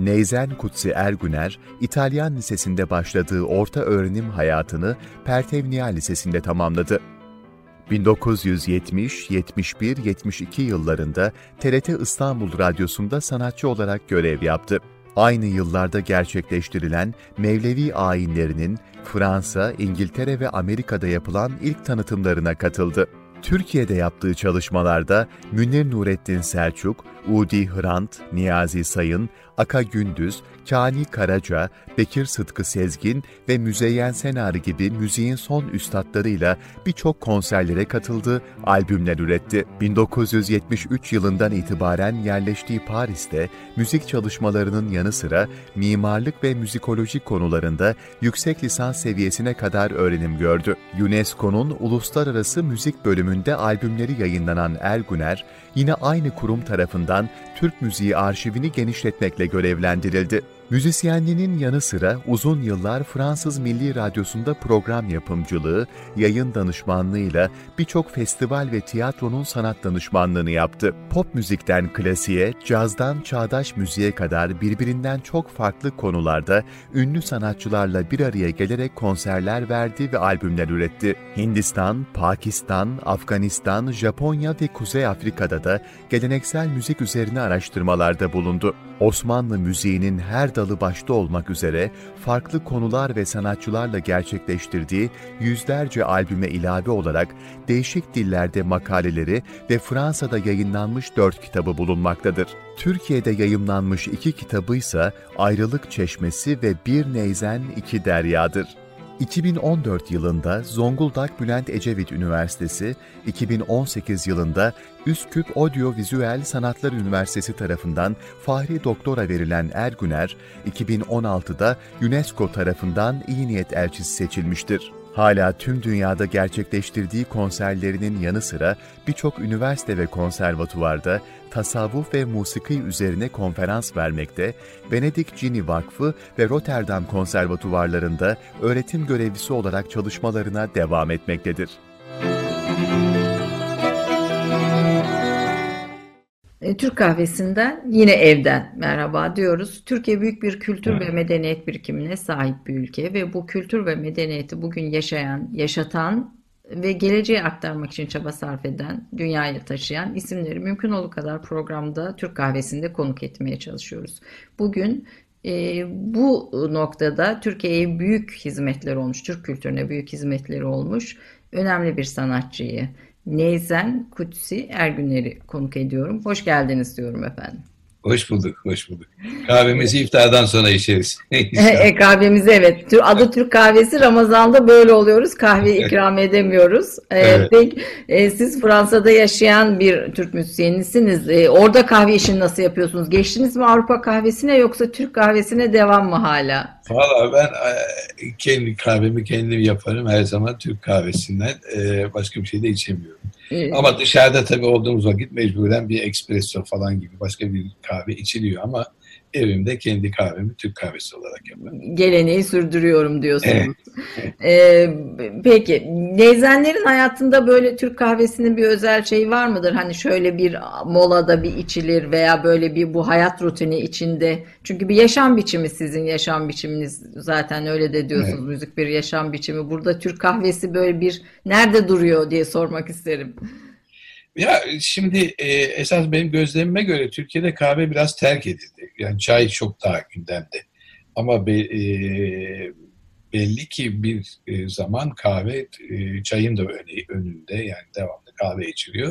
Neyzen Kutsi Ergüner, İtalyan Lisesi'nde başladığı orta öğrenim hayatını Pertevniyal Lisesi'nde tamamladı. 1970, 71, 72 yıllarında TRT İstanbul Radyosu'nda sanatçı olarak görev yaptı. Aynı yıllarda gerçekleştirilen Mevlevi ayinlerinin Fransa, İngiltere ve Amerika'da yapılan ilk tanıtımlarına katıldı. Türkiye'de yaptığı çalışmalarda Münir Nurettin Selçuk, Udi Hrant, Niyazi Sayın, Aka Gündüz, Kani Karaca, Bekir Sıtkı Sezgin ve Müzeyyen Senarı gibi müziğin son üstadlarıyla birçok konserlere katıldı, albümler üretti. 1973 yılından itibaren yerleştiği Paris'te müzik çalışmalarının yanı sıra mimarlık ve müzikoloji konularında yüksek lisans seviyesine kadar öğrenim gördü. UNESCO'nun Uluslararası Müzik bölümünde albümleri yayınlanan Ergüner, yine aynı kurum tarafından Türk müziği arşivini genişletmekle görevlendirildi. Müzisyenliğinin yanı sıra uzun yıllar Fransız Milli Radyosu'nda program yapımcılığı, yayın danışmanlığıyla birçok festival ve tiyatronun sanat danışmanlığını yaptı. Pop müzikten klasiğe, cazdan çağdaş müziğe kadar birbirinden çok farklı konularda ünlü sanatçılarla bir araya gelerek konserler verdi ve albümler üretti. Hindistan, Pakistan, Afganistan, Japonya ve Kuzey Afrika'da da geleneksel müzik üzerine araştırmalarda bulundu. Osmanlı müziğinin her dalı başta olmak üzere farklı konular ve sanatçılarla gerçekleştirdiği yüzlerce albüme ilave olarak değişik dillerde makaleleri ve Fransa'da yayınlanmış 4 kitabı bulunmaktadır. Türkiye'de yayımlanmış 2 kitabı ise Ayrılık Çeşmesi ve Bir Neyzen İki Derya'dır. 2014 yılında Zonguldak Bülent Ecevit Üniversitesi, 2018 yılında Üsküp Audiovizüel Sanatlar Üniversitesi tarafından Fahri Doktora verilen Ergüner, 2016'da UNESCO tarafından İyi Niyet Elçisi seçilmiştir. Hala tüm dünyada gerçekleştirdiği konserlerinin yanı sıra birçok üniversite ve konservatuvarda tasavvuf ve musiki üzerine konferans vermekte, Venedik Cini Vakfı ve Rotterdam konservatuvarlarında öğretim görevlisi olarak çalışmalarına devam etmektedir. Türk kahvesinden, yine evden merhaba diyoruz. Türkiye büyük bir kültür ve medeniyet birikimine sahip bir ülke ve bu kültür ve medeniyeti bugün yaşayan, yaşatan ve geleceğe aktarmak için çaba sarf eden, dünyaya taşıyan isimleri mümkün olduğu kadar programda Türk kahvesinde konuk etmeye çalışıyoruz. Bugün bu noktada Türkiye'ye büyük hizmetleri olmuş, Türk kültürüne büyük hizmetleri olmuş önemli bir sanatçıyı, Neyzen Kutsi Ergüner'i konuk ediyorum. Hoş geldiniz diyorum efendim. Hoş bulduk, hoş bulduk. Kahvemizi iftardan sonra içeriz. Kahvemizi evet. Adı Türk kahvesi, Ramazan'da böyle oluyoruz. Kahve ikram edemiyoruz. Evet. Peki, siz Fransa'da yaşayan bir Türk müzisyenisiniz. Orada kahve işini nasıl yapıyorsunuz? Geçtiniz mi Avrupa kahvesine yoksa Türk kahvesine devam mı hala? Valla ben kendi kahvemi kendim yaparım her zaman Türk kahvesinden. Başka bir şey de içemiyorum. Ama dışarıda tabii olduğumuz vakit mecburen bir espresso falan gibi başka bir kahve içiliyor ama evimde kendi kahvemi Türk kahvesi olarak yaparım. Geleneği sürdürüyorum diyorsunuz. Evet. Peki, Neyzenlerin hayatında böyle Türk kahvesinin bir özel şeyi var mıdır? Hani şöyle bir molada bir içilir veya böyle bir bu hayat rutini içinde. Çünkü bir yaşam biçimi, sizin yaşam biçiminiz zaten öyle de diyorsunuz. Evet. Müzik bir yaşam biçimi. Burada Türk kahvesi böyle bir nerede duruyor diye sormak isterim. Ya şimdi esas benim gözlemime göre Türkiye'de kahve biraz terk edildi. Yani çay çok daha gündemde. Ama belli ki bir zaman kahve, çayın da önünde, yani devamlı kahve içiliyor.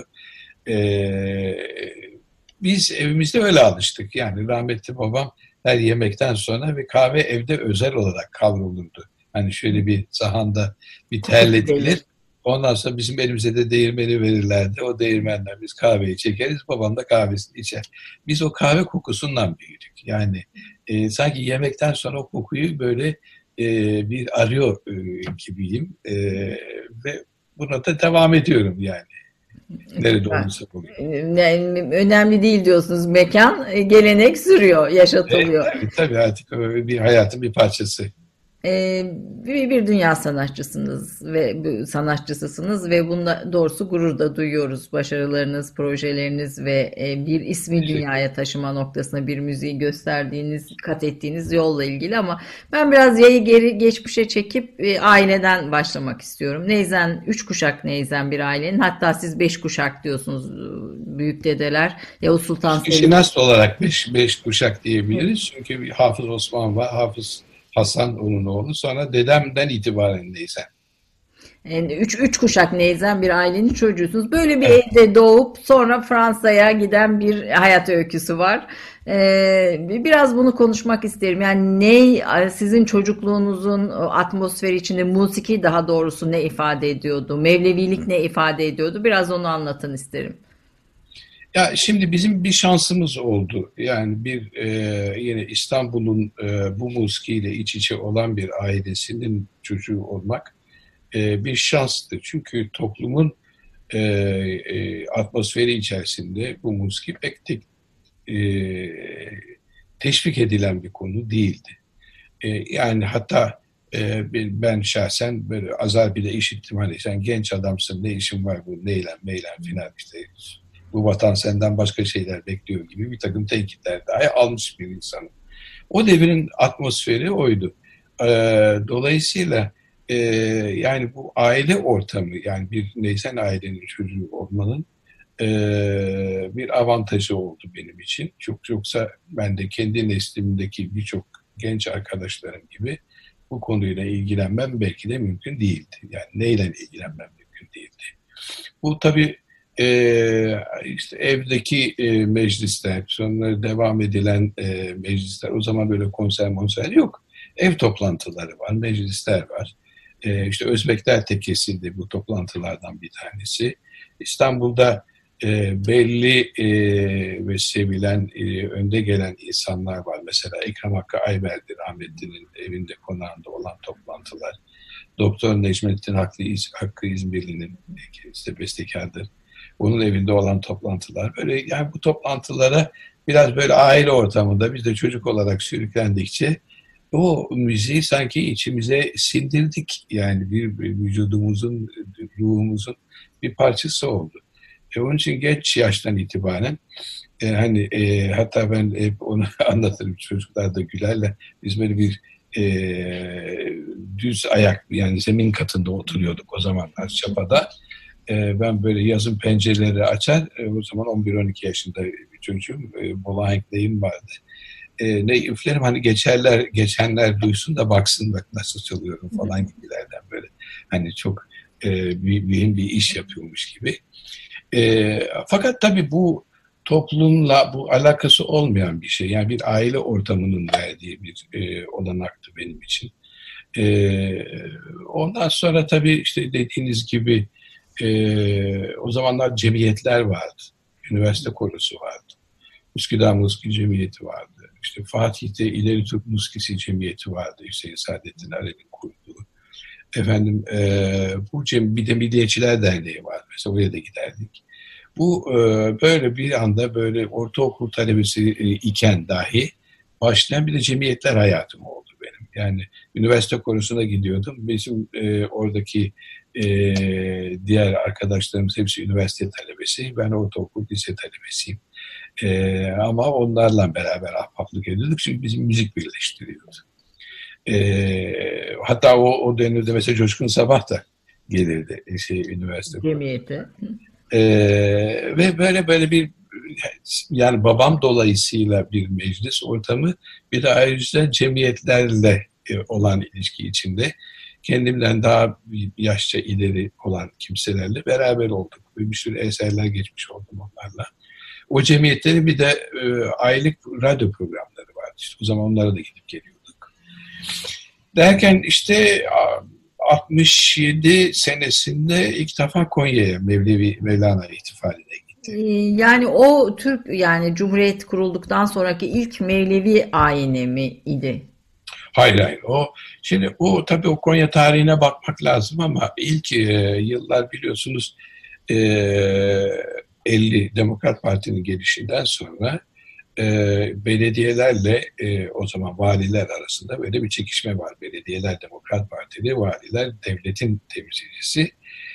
Biz evimizde öyle alıştık. Yani rahmetli babam her yemekten sonra bir kahve evde özel olarak kavrulurdu. Hani şöyle bir sahanda bir terletilir. Ondan sonra bizim elimize de değirmeni verirlerdi. O değirmenden biz kahveyi çekeriz. Babam da kahvesini içer. Biz o kahve kokusundan büyüdük. Yani sanki yemekten sonra o kokuyu böyle bir arıyor gibiyim. Ve buna da devam ediyorum yani. Nerede olursa oluyor. Önemli değil diyorsunuz. Mekan, gelenek sürüyor, yaşatılıyor. Tabii artık bir hayatın bir parçası. Bir dünya sanatçısısınız ve bunda doğrusu gurur da duyuyoruz. Başarılarınız, projeleriniz ve bir ismi dünyaya taşıma noktasına bir müziği gösterdiğiniz, kat ettiğiniz yolla ilgili ama ben biraz yayı geri geçmişe çekip aileden başlamak istiyorum. Neyzen, 3 kuşak Neyzen bir ailenin, hatta siz 5 kuşak diyorsunuz, büyük dedeler. Yavuz Sultan Selim. İşin asıl olarak beş kuşak diyebiliriz. Çünkü bir Hafız Osman var, Hafız Hasan onun oğlu. Sonra dedemden itibaren Neyzen. Yani üç kuşak Neyzen bir ailenin çocuğusunuz. Böyle bir evde doğup sonra Fransa'ya giden bir hayat öyküsü var. Biraz bunu konuşmak isterim. Yani sizin çocukluğunuzun atmosferi içinde musiki daha doğrusu ne ifade ediyordu? Mevlevilik ne ifade ediyordu? Biraz onu anlatın isterim. Ya şimdi bizim bir şansımız oldu. Yani yine İstanbul'un bu musikiyle iç içe olan bir ailesinin çocuğu olmak bir şanstı. Çünkü toplumun atmosferi içerisinde bu musiki pek teşvik edilen bir konu değildi. Yani hatta ben şahsen böyle azar bile işittim. Hani sen genç adamsın, ne işin var bu neylem filan işte. Bu vatan senden başka şeyler bekliyor gibi bir takım tenkitler dahi almış bir insanım. O devrin atmosferi oydu. Dolayısıyla yani bu aile ortamı, yani bir Neyzen ailenin çocuğu olmanın bir avantajı oldu benim için. Yoksa ben de kendi neslimdeki birçok genç arkadaşlarım gibi bu konuyla ilgilenmem belki de mümkün değildi. Yani neyle ilgilenmem mümkün değildi. Bu tabii işte evdeki meclisler, sonra devam edilen meclisler, o zaman böyle konser yok. Ev toplantıları var, meclisler var. İşte Özbekler Tekkesi'nde bu toplantılardan bir tanesi. İstanbul'da belli ve sevilen, önde gelen insanlar var. Mesela Ekrem Hakkı Ayverdi rahmetlinin evinde, konağında olan toplantılar. Doktor Necmettin Hakkı İzmirli'nin kendisi de bestekardır. Onun evinde olan toplantılar. Böyle yani bu toplantılara biraz böyle aile ortamında biz de çocuk olarak sürüklendikçe o müziği sanki içimize sindirdik. Yani bir vücudumuzun, ruhumuzun bir parçası oldu. Onun için genç yaştan itibaren hatta ben hep onu anlatırım, çocuklar da gülerler. Biz böyle bir düz ayak, yani zemin katında oturuyorduk o zamanlar Çapa'da. Ben böyle yazın pencereleri açar, o zaman 11-12 yaşında bir çocuğum, Mola Hank'leyim vardı. Ne üflerim, hani geçenler duysun da baksın bak nasıl çalıyorum falan gibilerden, böyle hani çok büyük bir iş yapıyormuş gibi. Fakat tabii bu toplumla bu alakası olmayan bir şey. Yani bir aile ortamının verdiği bir olanaktı benim için. Ondan sonra tabii işte dediğiniz gibi o zamanlar cemiyetler vardı. Üniversite korosu vardı. Üsküdar Musiki Cemiyeti vardı. İşte Fatih'te İleri Türk Musikisi Cemiyeti vardı. Hüseyin Saadettin Arel'in kurduğu. Bir de Milliyetçiler Derneği vardı. Mesela oraya da giderdik. Bu böyle bir anda böyle ortaokul talebesi iken dahi başlayan bir de cemiyetler hayatım oldu benim. Yani üniversite korosuna gidiyordum. Bizim oradaki diğer arkadaşlarımız hepsi üniversite talebesi. Ben ortaokul, lise talebesiyim. Ama onlarla beraber ahbaplık ediyorduk. Çünkü bizim müzik birleştiriyordu. Hatta o dönemde mesela Coşkun Sabah da gelirdi üniversite cemiyete. Ve böyle bir, yani babam dolayısıyla bir meclis ortamı, bir de ayrıca cemiyetlerle olan ilişki içinde kendimden daha yaşça ileri olan kimselerle beraber olduk. Bir sürü eserler geçmiş oldum onlarla. O cemiyetlerin bir de aylık radyo programları vardı. İşte o zaman onlara da gidip geliyorduk. Derken işte 67 senesinde ilk defa Konya'ya Mevlana ihtifaline gitti. Yani yani Cumhuriyet kurulduktan sonraki ilk Mevlevi ayini mi idi? Hayır. Şimdi tabii o Konya tarihine bakmak lazım ama ilk yıllar biliyorsunuz 50 Demokrat Parti'nin gelişinden sonra belediyelerle o zaman valiler arasında böyle bir çekişme var. Belediyeler Demokrat Partili, valiler devletin temsilcisi.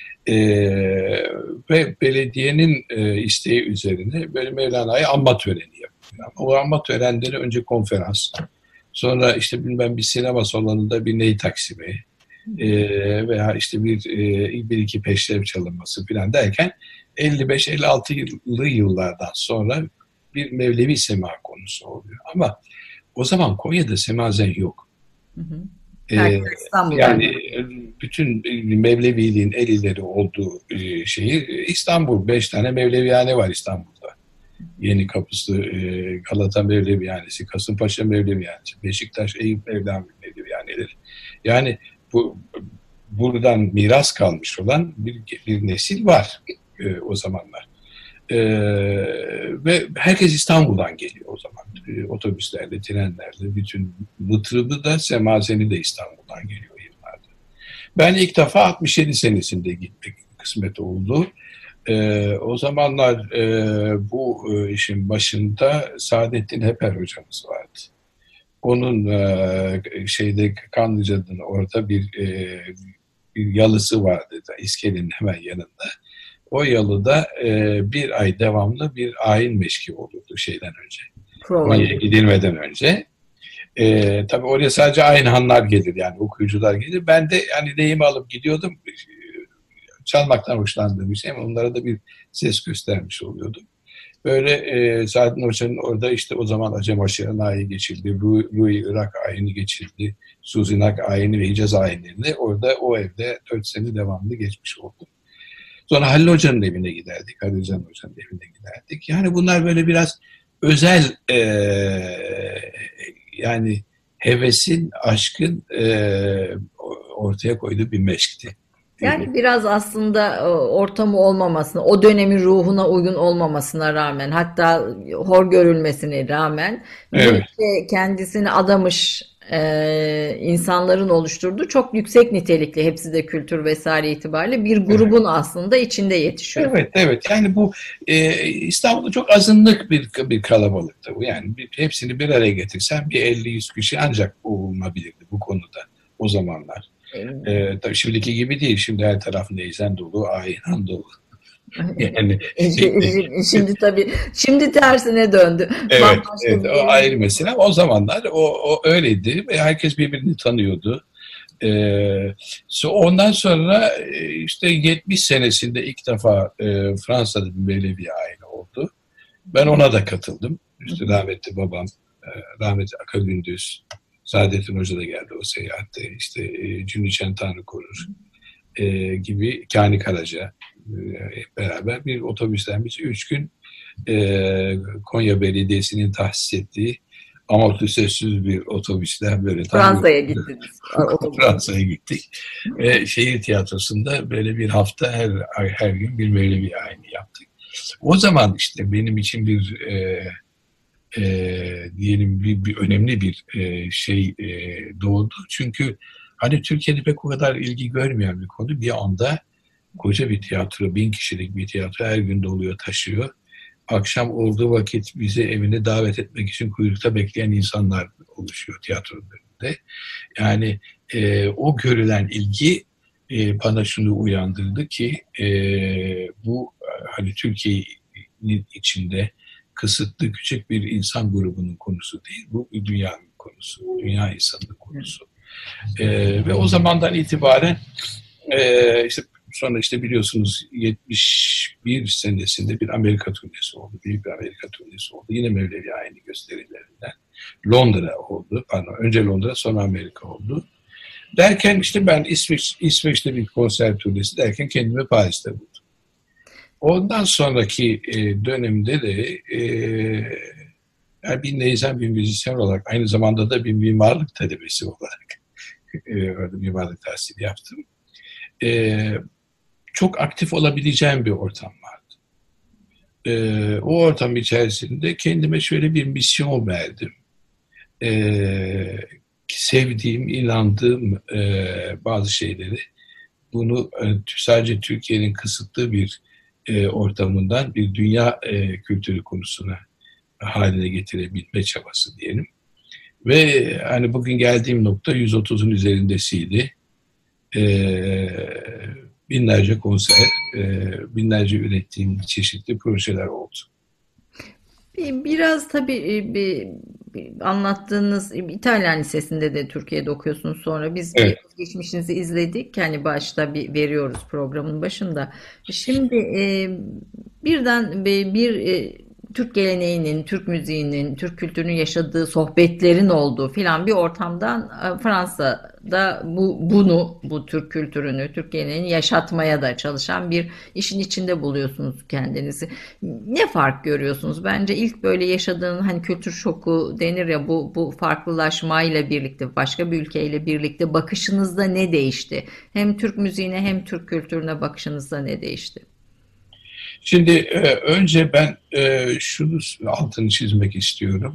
Ve belediyenin isteği üzerine böyle Mevlana'ya anma töreni yapıyor. Ama o anma törenleri önce konferans, sonra işte bilmem bir sinema salonunda bir ney taksimi veya işte bir iki peşrev çalınması falan derken 55-56'lı yıllardan sonra bir Mevlevi sema konusu oluyor. Ama o zaman Konya'da semazen yok. Hı hı. Yani bütün Mevleviliğin el ileri olduğu şehir İstanbul. 5 tane Mevlevihane var İstanbul'da. Yeni Kapısı, Galata Mevlevihanesi, Kasımpaşa Mevlevihanesi, Beşiktaş, Eyüp Mevlevihaneleri. Yani buradan miras kalmış olan bir nesil var o zamanlar. Ve herkes İstanbul'dan geliyor o zaman. Otobüslerle, trenlerle, bütün mıtrıbı da semazeni de İstanbul'dan geliyor yıllarda. Ben ilk defa 67 senesinde gitmek kısmet oldu. O zamanlar bu işin başında Saadettin Heper hocamız vardı. Onun Kanlıca'nın orada bir yalısı vardı da İskelenin hemen yanında. O yalıda bir ay devamlı bir ayin meşki olurdu şeyden önce. Konya'ya gidilmeden önce. Tabii oraya sadece ayin hanlar gelir, yani okuyucular gelir. Ben de yani neyimi alıp gidiyordum. Çalmaktan hoşlandığım için onlara da bir ses göstermiş oluyordum. Böyle Saadettin Hoca'nın orada işte o zaman Acem Aşırı'nın ayini geçildi. Louis Irak ayini geçildi. Suzinak ayini ve Hicaz ayinlerini orada o evde 4 sene devamlı geçmiş oldum. Sonra Halil Hoca'nın evine giderdik. Halil Hoca'nın evine giderdik. Yani bunlar böyle biraz özel yani hevesin, aşkın ortaya koyduğu bir meşkti. Yani biraz aslında ortamı olmamasına, o dönemin ruhuna uygun olmamasına rağmen, hatta hor görülmesine rağmen evet, kendisini adamış insanların oluşturduğu çok yüksek nitelikli, hepsi de kültür vesaire itibariyle bir grubun aslında içinde yetişiyor. Evet. Yani bu İstanbul'da çok azınlık bir kalabalıktı bu. Yani hepsini bir araya getirsen bir 50-100 kişi ancak olunabilirdi bu konuda o zamanlar. Tabii şimdiki gibi değil. Şimdi her taraf neyzen dolu, ayhan dolu. Yani şimdi tabii tersine döndü. Evet, o ayrı mesele. O zamanlar o öyleydi ve herkes birbirini tanıyordu. Ondan sonra işte 70 senesinde ilk defa Fransa'da bir Mevlevi ayini oldu. Ben ona da katıldım. İşte rahmetli babam, rahmetli Aka Gündüz, Saadettin Hoca da geldi o seyahatte. İşte Cüneyt Tanrı Korur gibi, Kani Karaca beraber bir otobüsten biz 3 gün Konya Belediyesi'nin tahsis ettiği amortisörsüz bir otobüsle böyle Fransa'ya gittiniz. Fransa'ya gittik. Şehir tiyatrosunda böyle bir hafta her gün bir Mevlevi ayini yaptık. O zaman işte benim için bir diyelim bir önemli bir şey doğdu. Çünkü hani Türkiye'de pek o kadar ilgi görmeyen bir konu. Bir anda koca bir tiyatro, 1000 kişilik bir tiyatro her gün doluyor, taşıyor. Akşam olduğu vakit bizi evine davet etmek için kuyrukta bekleyen insanlar oluşuyor tiyatronun önünde. Yani o görülen ilgi bana şunu uyandırdı ki bu hani Türkiye'nin içinde kısıtlı küçük bir insan grubunun konusu değil. Bu bir dünyanın konusu, dünya insanının konusu. Ve o zamandan itibaren işte sonra işte biliyorsunuz 71 senesinde bir Amerika turnesi oldu. Büyük bir Amerika turnesi oldu. Yine Mevlevi ayini gösterilerinden. Londra oldu. Önce Londra, sonra Amerika oldu. Derken işte ben İsveç'te bir konser turnesi derken kendimi Paris'te buldum. Ondan sonraki dönemde de yani bir neyzen bir müzisyen olarak, aynı zamanda da bir mimarlık talebesi olarak orada mimarlık tahsili yaptım. Çok aktif olabileceğim bir ortam vardı. O ortam içerisinde kendime şöyle bir misyon verdim. Sevdiğim, inandığım bazı şeyleri, bunu sadece Türkiye'nin kısıtlı bir ortamından bir dünya kültürü konusuna haline getirebilme çabası diyelim. Ve hani bugün geldiğim nokta 130'un üzerindesiydi. Binlerce konser, binlerce ürettiğim çeşitli projeler oldu. Biraz tabii anlattığınız İtalyan Lisesi'nde de Türkiye'de okuyorsunuz sonra. Biz Evet. geçmişinizi izledik. Hani başta veriyoruz programın başında. Şimdi birden Türk geleneğinin, Türk müziğinin, Türk kültürünün yaşadığı sohbetlerin olduğu filan bir ortamdan Fransa'da bu Türk kültürünü, Türk geleneğini yaşatmaya da çalışan bir işin içinde buluyorsunuz kendinizi. Ne fark görüyorsunuz? Bence ilk böyle yaşadığın hani kültür şoku denir ya bu farklılaşmayla birlikte başka bir ülkeyle birlikte bakışınızda ne değişti? Hem Türk müziğine hem Türk kültürüne bakışınızda ne değişti? Şimdi önce ben şunu altını çizmek istiyorum.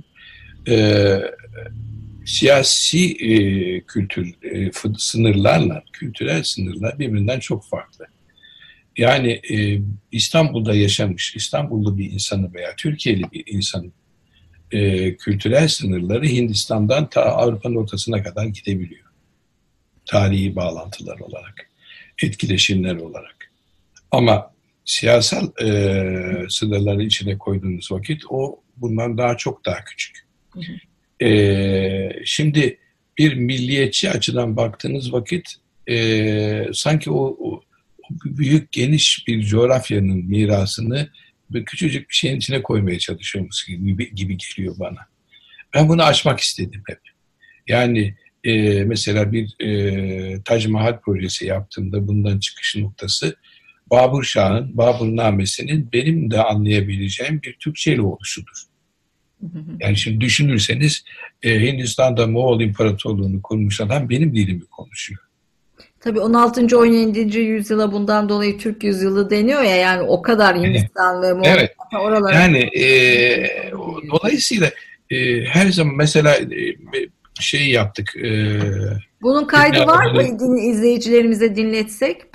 Siyasi kültür sınırlarla kültürel sınırlar birbirinden çok farklı. Yani İstanbul'da yaşamış, İstanbullu bir insanı veya Türkiye'li bir insanın kültürel sınırları Hindistan'dan ta Avrupa'nın ortasına kadar gidebiliyor. Tarihi bağlantılar olarak, etkileşimler olarak. Ama siyasal sınırları içine koyduğunuz vakit o bundan çok daha küçük. Hı hı. Şimdi bir milliyetçi açıdan baktığınız vakit sanki o büyük geniş bir coğrafyanın mirasını küçücük bir şeyin içine koymaya çalışıyormuş gibi geliyor bana. Ben bunu aşmak istedim hep. Yani mesela bir Tac Mahal projesi yaptığımda bundan çıkış noktası Babur Şah'ın Baburnamesi'nin benim de anlayabileceğim bir Türkçeli oluşudur. Yani şimdi düşünürseniz Hindistan'da Moğol İmparatorluğunu kurmuş adam benim dilimi konuşuyor. Tabii 16. 17. yüzyıla bundan dolayı Türk yüzyılı deniyor ya yani o kadar Hindistan ve Moğol Evet. oralara Yani dolayısıyla her zaman mesela şey yaptık. bunun kaydı var mı izleyicilerimize dinletsek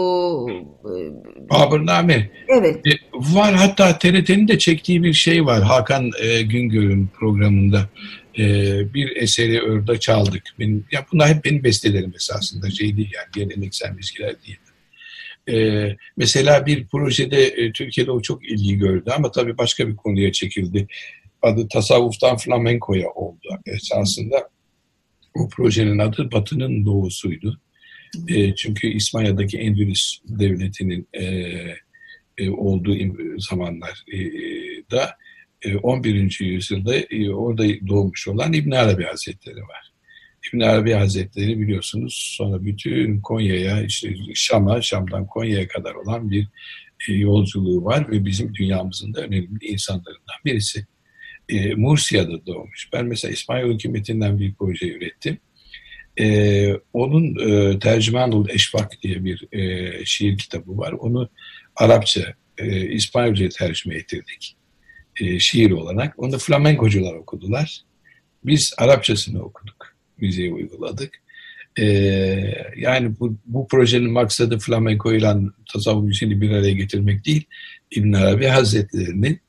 Baburname. Evet. Var, hatta TRT'nin de çektiği bir şey var. Hakan Güngör'ün programında bir eseri orada çaldık. Bunlar hep benim bestelerim esasında, şey değil yani, geleneksel müzikler değil. Mesela bir projede Türkiye'de o çok ilgi gördü ama tabii başka bir konuya çekildi. Adı tasavvuftan flamenkoya oldu esasında. O projenin adı Batı'nın Doğusu'ydu. Çünkü İspanya'daki Endülüs Devleti'nin olduğu zamanlar da 11. yüzyılda orada doğmuş olan İbn Arabi Hazretleri var. İbn Arabi Hazretleri biliyorsunuz sonra bütün Konya'ya, işte Şam'dan Konya'ya kadar olan bir yolculuğu var ve bizim dünyamızın da önemli insanlarından birisi. Mursia'da doğmuş. Ben mesela İspanyol hükümetinden bir proje ürettim. Onun Tercümanul Eşvak diye bir şiir kitabı var. Onu Arapça, İspanyolca tercüme ettirdik şiir olarak. Onu flamenkocular okudular. Biz Arapçasını okuduk. Müziğe uyguladık. Yani bu projenin maksadı flamenko ile tasavvuf müziğini bir araya getirmek değil. İbn Arabi Hazretleri'nin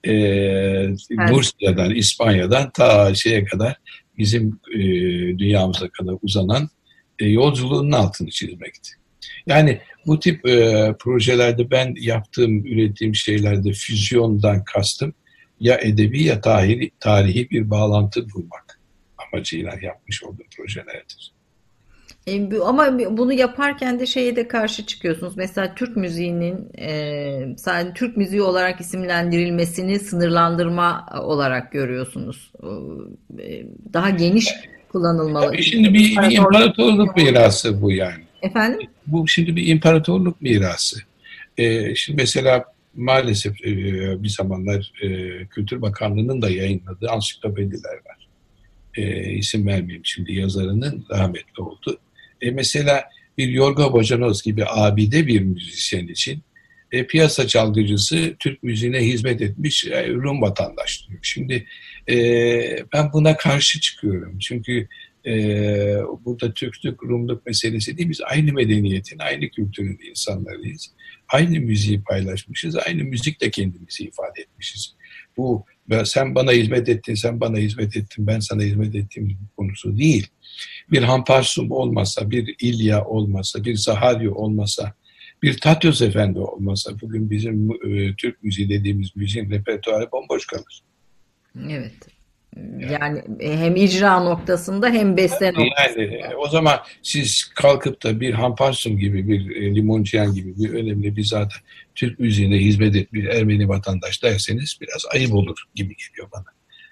Mursia'dan, İspanya'dan ta şeye kadar bizim dünyamıza kadar uzanan yolculuğunun altını çizmekti. Yani bu tip projelerde ben ürettiğim şeylerde füzyondan kastım ya edebi ya tarihi bir bağlantı bulmak amacıyla yapmış olduğum projelerdir. Ama bunu yaparken de şeye de karşı çıkıyorsunuz. Mesela Türk müziğinin sadece Türk müziği olarak isimlendirilmesini sınırlandırma olarak görüyorsunuz. Daha geniş kullanılmalı. Tabii şimdi bir imparatorluk mirası bu yani. Efendim? Bu şimdi bir imparatorluk mirası. Şimdi mesela maalesef bir zamanlar Kültür Bakanlığı'nın da yayınladığı ansiklopediler var. İsim vermeyeyim şimdi, yazarının rahmetli oldu. Mesela bir Yorgo Bojanoz gibi abide bir müzisyen için piyasa çalgıcısı Türk müziğine hizmet etmiş Rum vatandaş diyor. Şimdi ben buna karşı çıkıyorum. Çünkü burada Türklük, Rumluk meselesi değil. Biz aynı medeniyetin, aynı kültürün insanlarıyız. Aynı müziği paylaşmışız. Aynı müzikle kendimizi ifade etmişiz. Bu sen bana hizmet ettin, sen bana hizmet ettin, ben sana hizmet ettiğim konusu değil. Bir Hamparsum olmasa, bir İlya olmasa, bir Zaharyo olmasa, bir Tatyos Efendi olmasa bugün bizim Türk müziği dediğimiz müziğin repertuarı bomboş kalır. Evet. Yani hem icra noktasında hem beste noktasında. Yani o zaman siz kalkıp da bir Hamparsum gibi, bir Limonciyan gibi bir önemli bir zat Türk müziğine hizmet etmiş Ermeni vatandaş derseniz biraz ayıp olur gibi geliyor bana.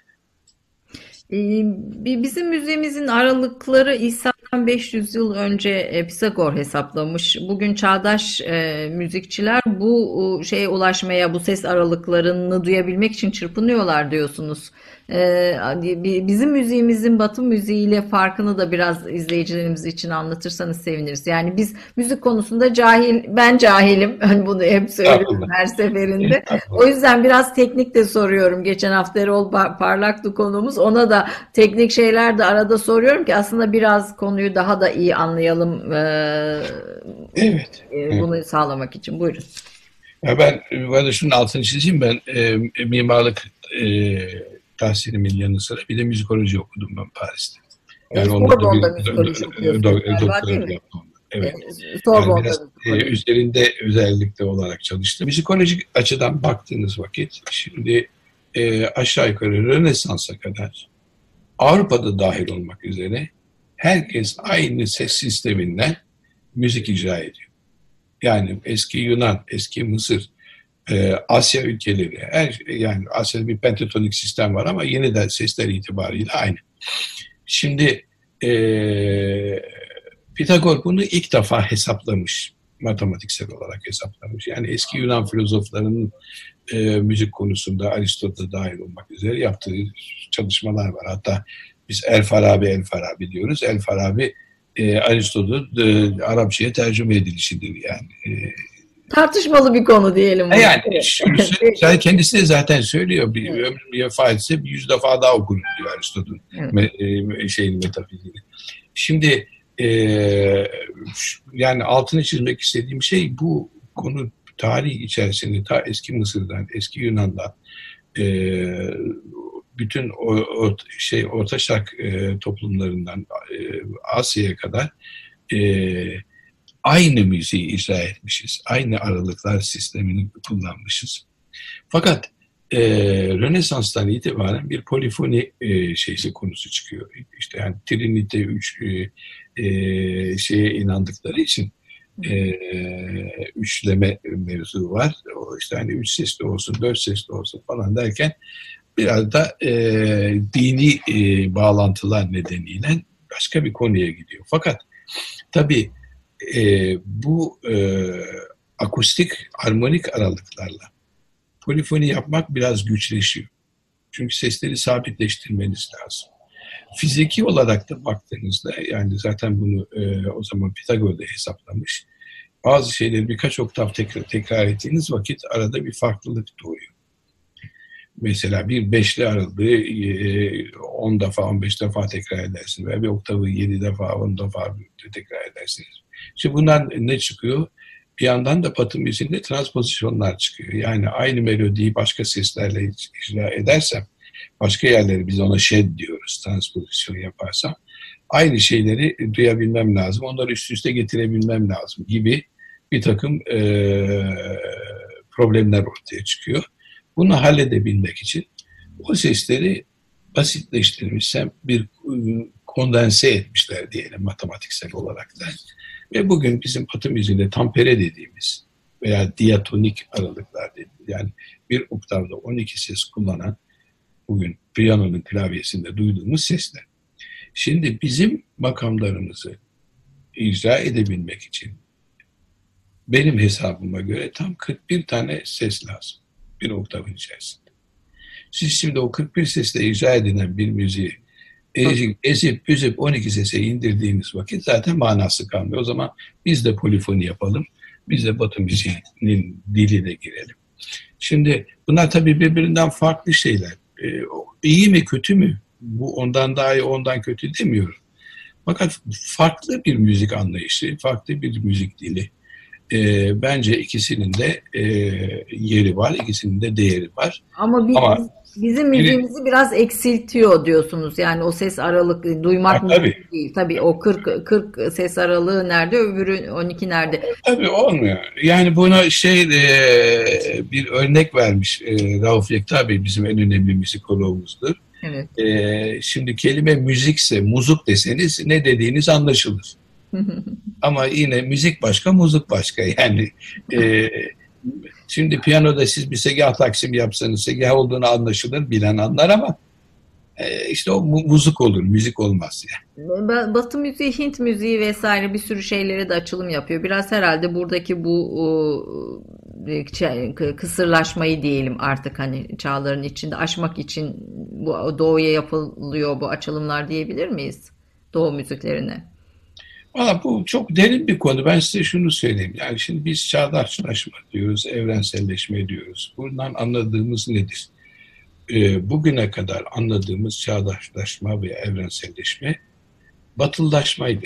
Bizim müziğimizin aralıkları İsa'dan 500 yıl önce Pisagor hesaplamış. Bugün çağdaş müzikçiler bu şeye ulaşmaya, bu ses aralıklarını duyabilmek için çırpınıyorlar diyorsunuz. Bizim müziğimizin Batı müziğiyle farkını da biraz izleyicilerimiz için anlatırsanız seviniriz. Yani biz müzik konusunda ben cahilim. Hani bunu hep söylüyorum her seferinde. O yüzden biraz teknik de soruyorum. Geçen hafta Erol Parlak'tı konuğumuz. Ona da teknik şeyler de arada soruyorum ki aslında biraz konuyu daha da iyi anlayalım. Evet. Bunu sağlamak için. Buyurun. Ya ben şunun altını çizeyim. Ben mimarlık tahsilimin yanı sıra bir de müzikoloji okudum ben Paris'te. Yani Sorbonne'da müzikoloji okuyorsunuz galiba değil mi? Evet. Yani biraz üzerinde özellikle olarak çalıştım. Müzikolojik açıdan baktığınız vakit şimdi aşağı yukarı Rönesans'a kadar Avrupa'da dahil olmak üzere herkes aynı ses sisteminden müzik icra ediyor. Yani eski Yunan, eski Mısır, Asya ülkeleri, yani Asya'da bir pentatonik sistem var ama yeniden sesler itibariyle aynı. Şimdi Pitagor bunu ilk defa hesaplamış, matematiksel olarak hesaplamış. Yani eski Yunan filozoflarının müzik konusunda Aristotle dahil olmak üzere yaptığı çalışmalar var. Hatta biz El-Farabi diyoruz. El-Farabi Aristotle Arapçaya tercüme edilişidir yani. Tartışmalı bir konu diyelim. Yani kendisi de zaten söylüyor. Bir ömrüm vefa etse 100 defa daha okurum diyor Aristotle metafiziğini. Şimdi yani altını çizmek istediğim şey bu konu tarih içerisinde ta eski Mısır'dan, eski Yunan'dan bütün Orta Şark toplumlarından Asya'ya kadar aynı müziği icra etmişiz. Aynı aralıklar sistemini kullanmışız. Fakat Rönesans'tan itibaren bir polifoni konusu çıkıyor. İşte yani Trinite şeye inandıkları için üçleme mevzu var. O işte hani 3 sesli olsun, 4 sesli olsun falan derken biraz da dini bağlantılar nedeniyle başka bir konuya gidiyor. Fakat tabii bu akustik harmonik aralıklarla polifoni yapmak biraz güçleşiyor. Çünkü sesleri sabitleştirmeniz lazım. Fiziki olarak da baktığınızda yani zaten bunu o zaman Pitagor da hesaplamış. Bazı şeyleri birkaç oktav tekrar ettiğiniz vakit arada bir farklılık doğuyor. Mesela bir beşli aralığı 10 defa 15 defa tekrar edersiniz veya bir oktavı 7 defa 10 defa tekrar edersiniz. Şimdi bundan ne çıkıyor? Bir yandan da Batı müziğinde transpozisyonlar çıkıyor. Yani aynı melodiyi başka seslerle icra edersem, başka yerleri biz ona shed diyoruz, transpozisyon yaparsam, aynı şeyleri duyabilmem lazım, onları üst üste getirebilmem lazım gibi bir takım problemler ortaya çıkıyor. Bunu halledebilmek için o sesleri basitleştirmişsem bir kondense etmişler diyelim matematiksel olarak da. Ve bugün bizim Batı müziğinde tampere dediğimiz veya diatonik aralıklar dediğimiz yani bir oktavda 12 ses kullanan bugün piyanonun klavyesinde duyduğumuz sesler. Şimdi bizim makamlarımızı icra edebilmek için benim hesabıma göre tam 41 tane ses lazım bir oktavın içerisinde. Siz şimdi o 41 sesle icra edilen bir müziği ezip büzüp 12 sese indirdiğiniz vakit zaten manası kalmıyor. O zaman biz de polifoni yapalım. Biz de Batı müziğinin diline girelim. Şimdi bunlar tabii birbirinden farklı şeyler. İyi mi kötü mü? Bu ondan daha iyi, ondan kötü demiyorum. Fakat farklı bir müzik anlayışı, farklı bir müzik dili. Bence ikisinin de yeri var, ikisinin de değeri var. Ama Bizim müziğimizi biraz eksiltiyor diyorsunuz. Yani o ses aralık duymak mümkün değil. Tabii o 40 ses aralığı nerede, öbürü 12 nerede? Tabii olmuyor. Yani buna bir örnek vermiş Rauf Yekta Bey, bizim en önemli müzikologumuzdur. Evet. Şimdi kelime müzikse, muzuk deseniz ne dediğiniz anlaşılır. Ama yine müzik başka, muzuk başka. Yani şimdi piyanoda siz bir segah taksim yapsanız segah olduğunu anlaşılır, bilen anlar ama işte o muzuk olur, müzik olmaz yani. Batı müziği, Hint müziği vesaire bir sürü şeylere de açılım yapıyor. Biraz herhalde buradaki bu kısırlaşmayı diyelim artık, hani çağların içinde aşmak için bu doğuya yapılıyor bu açılımlar diyebilir miyiz? Doğu müziklerine. Valla bu çok derin bir konu. Ben size şunu söyleyeyim. Yani şimdi biz çağdaşlaşma diyoruz, evrenselleşme diyoruz. Buradan anladığımız nedir? Bugüne kadar anladığımız çağdaşlaşma ve evrenselleşme batılılaşmaydı.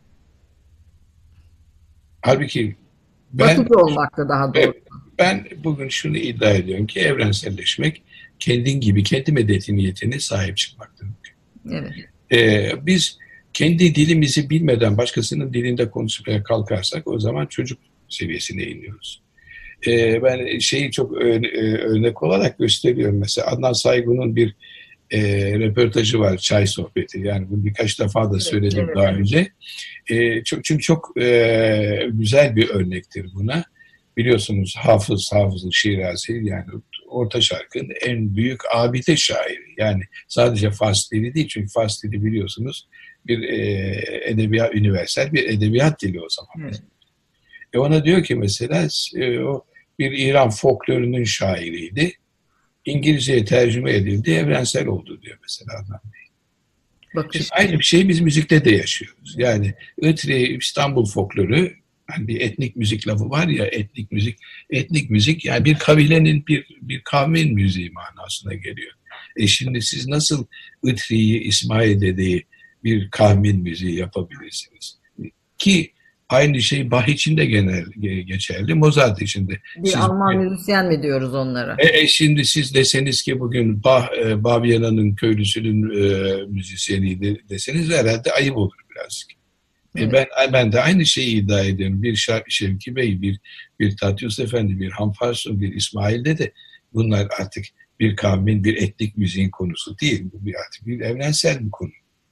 Halbuki batıcı olmakta daha doğru. Ben bugün şunu iddia ediyorum ki evrenselleşmek kendin gibi kendi medeniyetine sahip çıkmaktır. Evet. Biz kendi dilimizi bilmeden başkasının dilinde konuşmaya kalkarsak o zaman çocuk seviyesine iniyoruz. Ben şeyi çok örnek olarak gösteriyorum. Mesela Adnan Saygun'un bir röportajı var, çay sohbeti. Yani bunu birkaç defa da söyledim daha önce. Çünkü çok güzel bir örnektir buna. Biliyorsunuz Hafız Şirazi, yani Orta Şark'ın en büyük abide şairi. Yani sadece Fars dili değil, çünkü Fars dili biliyorsunuz bir edebiyat, üniversal bir edebiyat dili o zaman. Ona diyor ki mesela o bir İran folklorunun şairiydi. İngilizceye tercüme edildi, evrensel oldu diyor mesela Adnan Bey. Şimdi aynı bir şeyi biz müzikte de yaşıyoruz. Yani Itri, İstanbul folkloru, hani bir etnik müzik lafı var ya, etnik müzik yani bir kabilenin, bir kavmin müziği manasına geliyor. Şimdi siz nasıl Itri'yi, İsmail Dede'yi bir kavmin müziği yapabilirsiniz? Ki aynı şey Bach için de geçerli, Mozart için de. Bir Alman müzisyen mi diyoruz onlara? Şimdi siz deseniz ki bugün Bavyera'nın köylüsünün müzisyeniydi deseniz herhalde ayıp olur birazcık. Evet. Ben de aynı şeyi iddia ediyorum. Bir Şevki Bey, bir Tatyos Efendi, bir Hanfarson, bir İsmail Dede, bunlar artık bir kavmin, bir etnik müziğin konusu değil. Bu artık bir evrensel bir konu.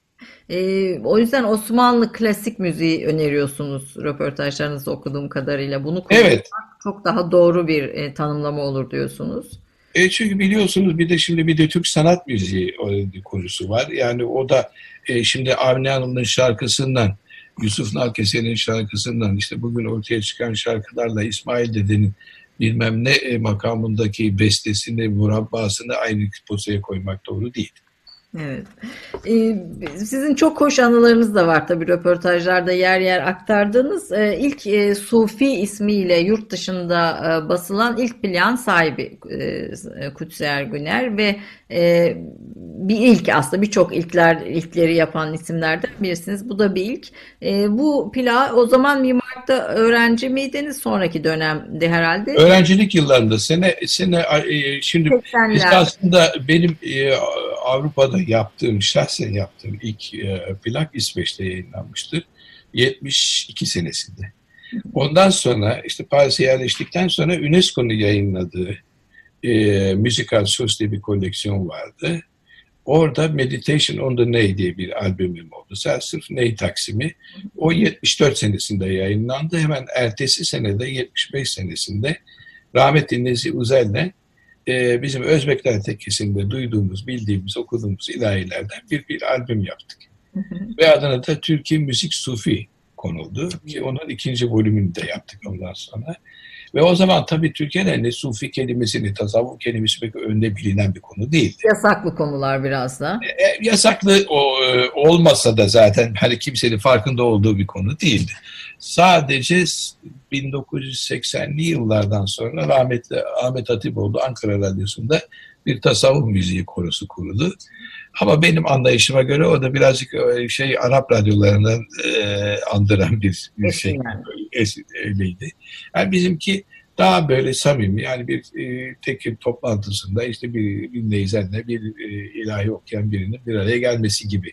O yüzden Osmanlı klasik müziği öneriyorsunuz röportajlarınızda okuduğum kadarıyla. Bunu kullanmak çok daha doğru bir tanımlama olur diyorsunuz. Çünkü biliyorsunuz bir de Türk sanat müziği konusu var. Yani o da şimdi Avni Hanım'ın şarkısından, Yusuf Nalkese'nin şarkısından, işte bugün ortaya çıkan şarkılarla İsmail Dede'nin bilmem ne makamındaki bestesini, murabbasını aynı potaya koymak doğru değil. Evet. Sizin çok hoş anılarınız da var tabii röportajlarda yer yer aktardığınız. İlk Sufi ismiyle yurt dışında basılan ilk plağın sahibi Kutsi Ergüner ve bir ilk, aslında birçok ilkleri yapan isimlerden birisiniz. Bu da bir ilk. Bu plağı o zaman mimarlıkta öğrenci miydiniz? Sonraki dönemde herhalde. Öğrencilik yıllarında şimdi aslında benim Avrupa'da şahsen yaptığım ilk plak İsveç'te yayınlanmıştır. 72 senesinde. Ondan sonra işte Paris'e yerleştikten sonra UNESCO'nun yayınladığı Müzikal Sos diye bir koleksiyon vardı. Orada Meditation on the Ney diye bir albümüm oldu. Sırf Ney taksimi. O 74 senesinde yayınlandı. Hemen ertesi senede 75 senesinde rahmetli Nezih Uzel'le bizim Özbekler Tekkesi'nde duyduğumuz, bildiğimiz, okuduğumuz ilahilerden bir albüm yaptık. Ve adına da Türkiye Müzik Sufi konuldu. Ki onun ikinci bölümünü de yaptık ondan sonra. Ve o zaman tabii Türkiye'de ne sufi kelimesini, tasavvuf kelimesi pek önde bilinen bir konu değil. Yasaklı konular biraz da. Yasaklı olmasa da zaten hani kimsenin farkında olduğu bir konu değildi. Sadece 1980'li yıllardan sonra rahmetli Ahmet Hatipoğlu Ankara Radyosu'nda bir tasavvuf müziği korosu kuruldu. Ama benim anlayışıma göre o da birazcık Arap radyolarından andıran bir şey öyleydi. Yani bizimki daha böyle samimi, yani bir tekil toplantısında işte bir neyzenle bir ilahi okuyan birinin bir araya gelmesi gibi.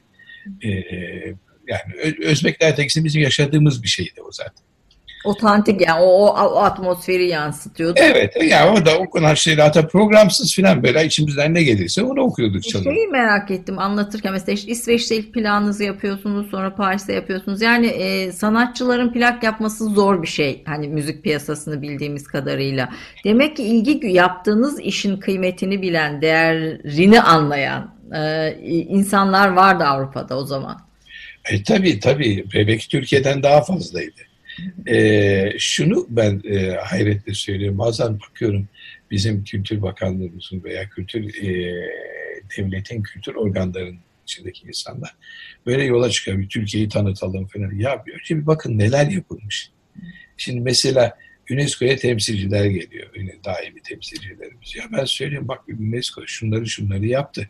Yani Özbekler tekisi bizim yaşadığımız bir şeydi o zaten. Otantik, yani o atmosferi yansıtıyordu. Evet, yani o da okunan şeyler, hatta programsız filan, böyle içimizden ne gelirse onu okuyorduk, çalıyorduk. Şeyi merak ettim anlatırken, mesela işte İsveç'te ilk planınızı yapıyorsunuz, sonra Paris'te yapıyorsunuz. Yani sanatçıların plak yapması zor bir şey. Hani müzik piyasasını bildiğimiz kadarıyla. Demek ki yaptığınız işin kıymetini bilen, değerini anlayan insanlar vardı Avrupa'da o zaman. Tabii. Belki Türkiye'den daha fazlaydı. Şunu ben hayretle söylüyorum. Bazen bakıyorum bizim Kültür Bakanlığımızın veya devletin kültür organlarının içindeki insanlar böyle yola çıkıyor. Bir Türkiye'yi tanıtalım falan. Ya önce bir bakın neler yapılmış. Şimdi mesela UNESCO'ya temsilciler geliyor. Öyle daimi temsilcilerimiz. Ya ben söyleyeyim, bak UNESCO şunları yaptı.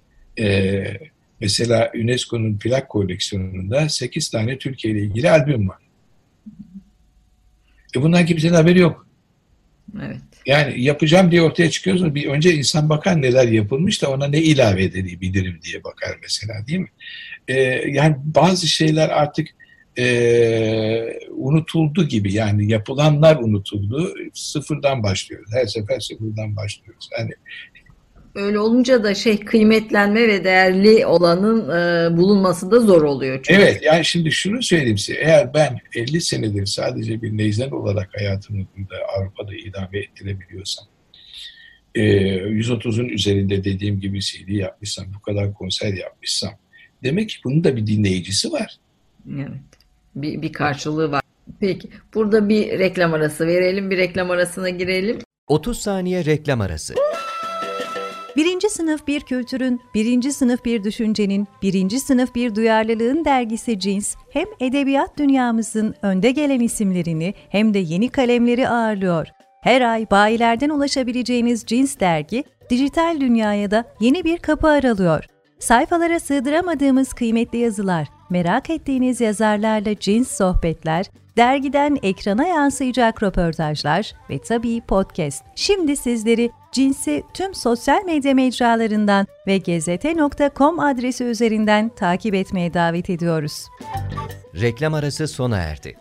Mesela UNESCO'nun plak koleksiyonunda 8 tane Türkiye ile ilgili albüm var. Bundan kimsenin haberi yok. Evet. Yani yapacağım diye ortaya çıkıyorsa bir önce insan bakar neler yapılmış da ona ne ilave edebilirim diye bakar mesela, değil mi? Yani bazı şeyler artık unutuldu gibi, yani yapılanlar unutuldu. Sıfırdan başlıyoruz. Her sefer sıfırdan başlıyoruz. Yani Öyle olunca da kıymetlenme ve değerli olanın bulunması da zor oluyor çünkü. evet, yani şimdi şunu söyleyeyim size. Eğer ben 50 senedir sadece bir neyzen olarak hayatımı burada Avrupa'da idame ettirebiliyorsam, 130'un üzerinde dediğim gibi CD yapmışsam, bu kadar konser yapmışsam, demek ki bunun da bir dinleyicisi var. Evet. Bir karşılığı var. Peki, burada bir reklam arası verelim, bir reklam arasına girelim. 30 saniye reklam arası. Birinci sınıf bir kültürün, birinci sınıf bir düşüncenin, birinci sınıf bir duyarlılığın dergisi Cins, hem edebiyat dünyamızın önde gelen isimlerini hem de yeni kalemleri ağırlıyor. Her ay bayilerden ulaşabileceğiniz Cins dergi, dijital dünyaya da yeni bir kapı aralıyor. Sayfalara sığdıramadığımız kıymetli yazılar, merak ettiğiniz yazarlarla cins sohbetler, dergiden ekrana yansıyacak röportajlar ve tabii podcast. Şimdi sizleri Cins'i tüm sosyal medya mecralarından ve gezete.com adresi üzerinden takip etmeye davet ediyoruz. Reklam arası sona erdi.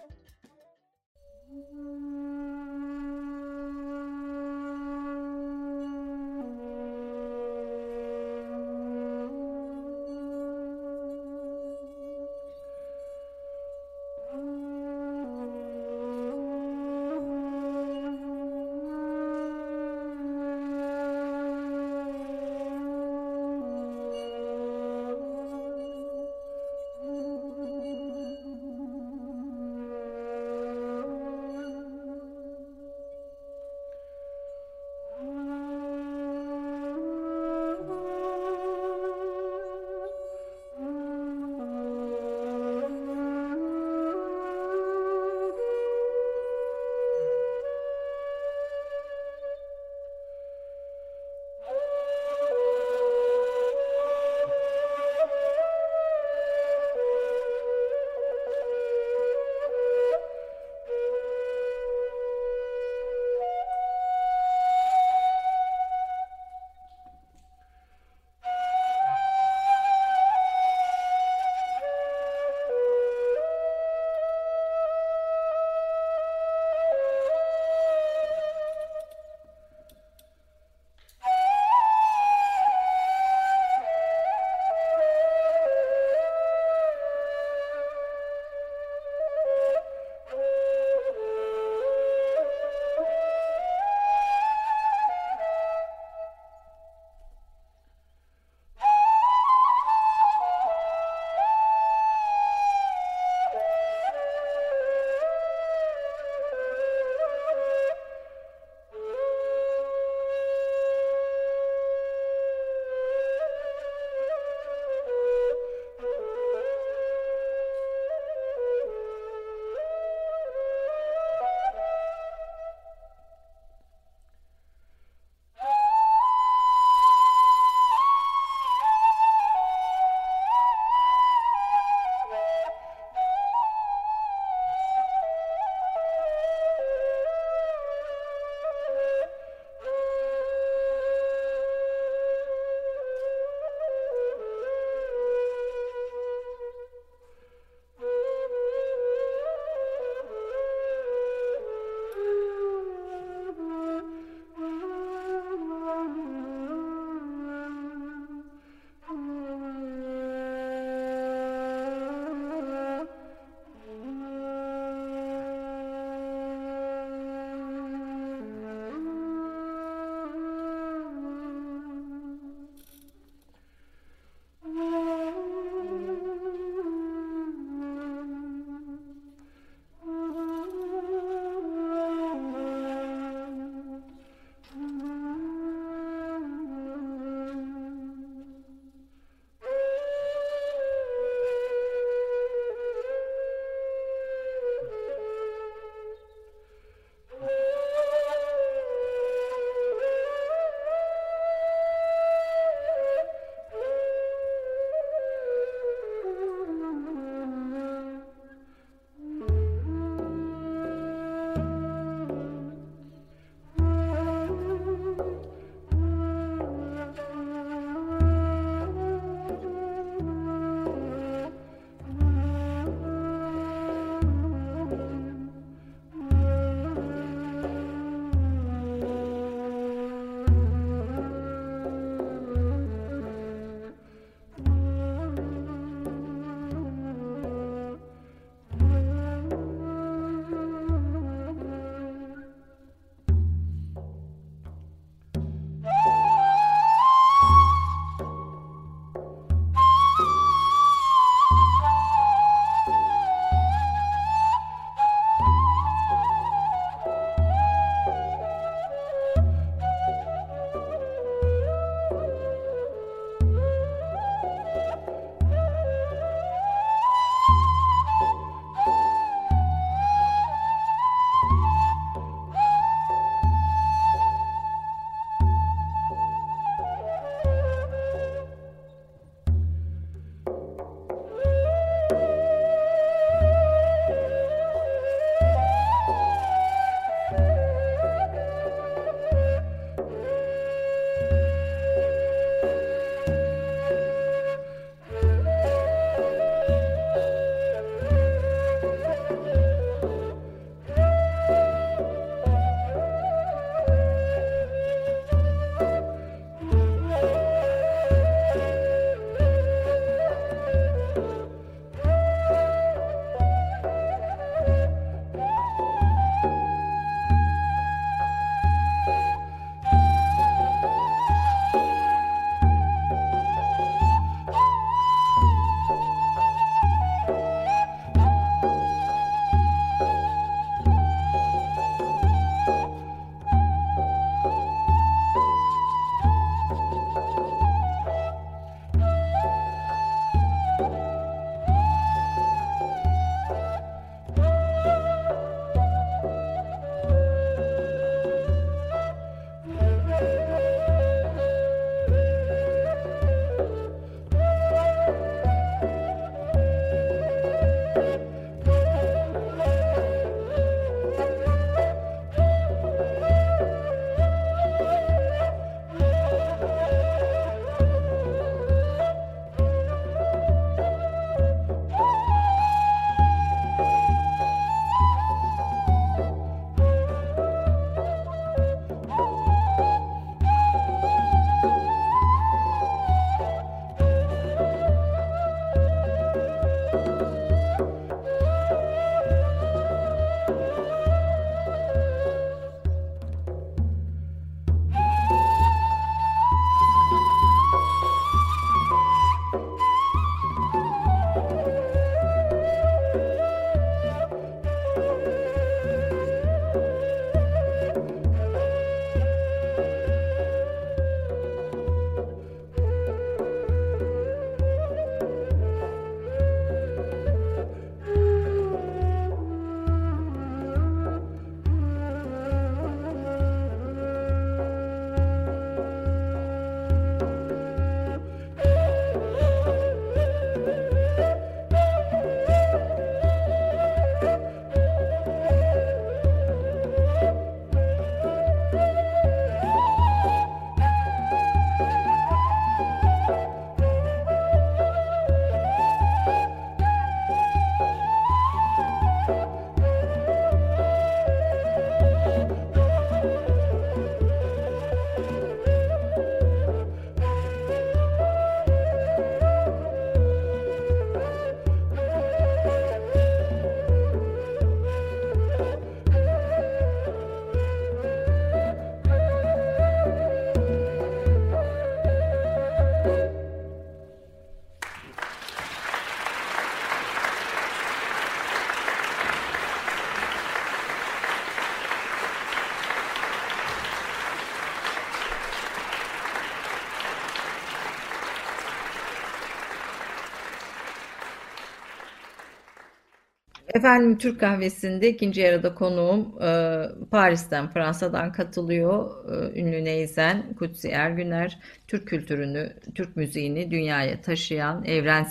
Efendim Türk kahvesinde ikinci yarıda konuğum Paris'ten, Fransa'dan katılıyor. Ünlü neyzen Kutsi Ergüner, Türk kültürünü, Türk müziğini dünyaya taşıyan,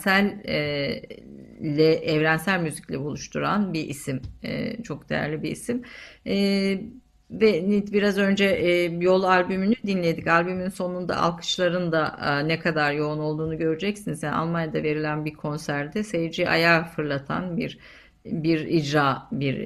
evrensel müzikle buluşturan bir isim. Çok değerli bir isim. E, Ve biraz önce Yol albümünü dinledik. Albümün sonunda alkışların da ne kadar yoğun olduğunu göreceksiniz. Yani Almanya'da verilen bir konserde seyirciyi ayağa fırlatan bir icra,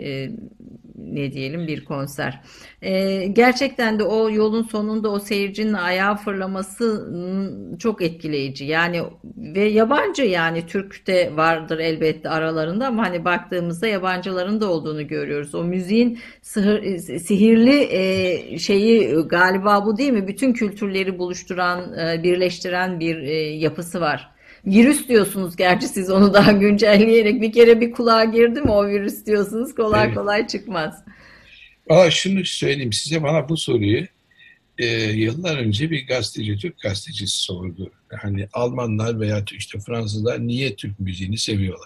ne diyelim, bir konser. Gerçekten de o yolun sonunda o seyircinin ayağa fırlaması çok etkileyici. Yani ve yabancı, yani Türk de vardır elbette aralarında ama hani baktığımızda yabancıların da olduğunu görüyoruz. O müziğin sihirli şeyi galiba bu değil mi? Bütün kültürleri buluşturan, birleştiren bir yapısı var. Virüs diyorsunuz gerçi, siz onu daha güncelleyerek, bir kere bir kulağa girdi mi o virüs diyorsunuz, kolay Evet. kolay çıkmaz. Valla şunu söyleyeyim size, bana bu soruyu yıllar önce bir gazeteci, Türk gazetecisi sordu. Hani Almanlar veya işte Fransızlar niye Türk müziğini seviyorlar?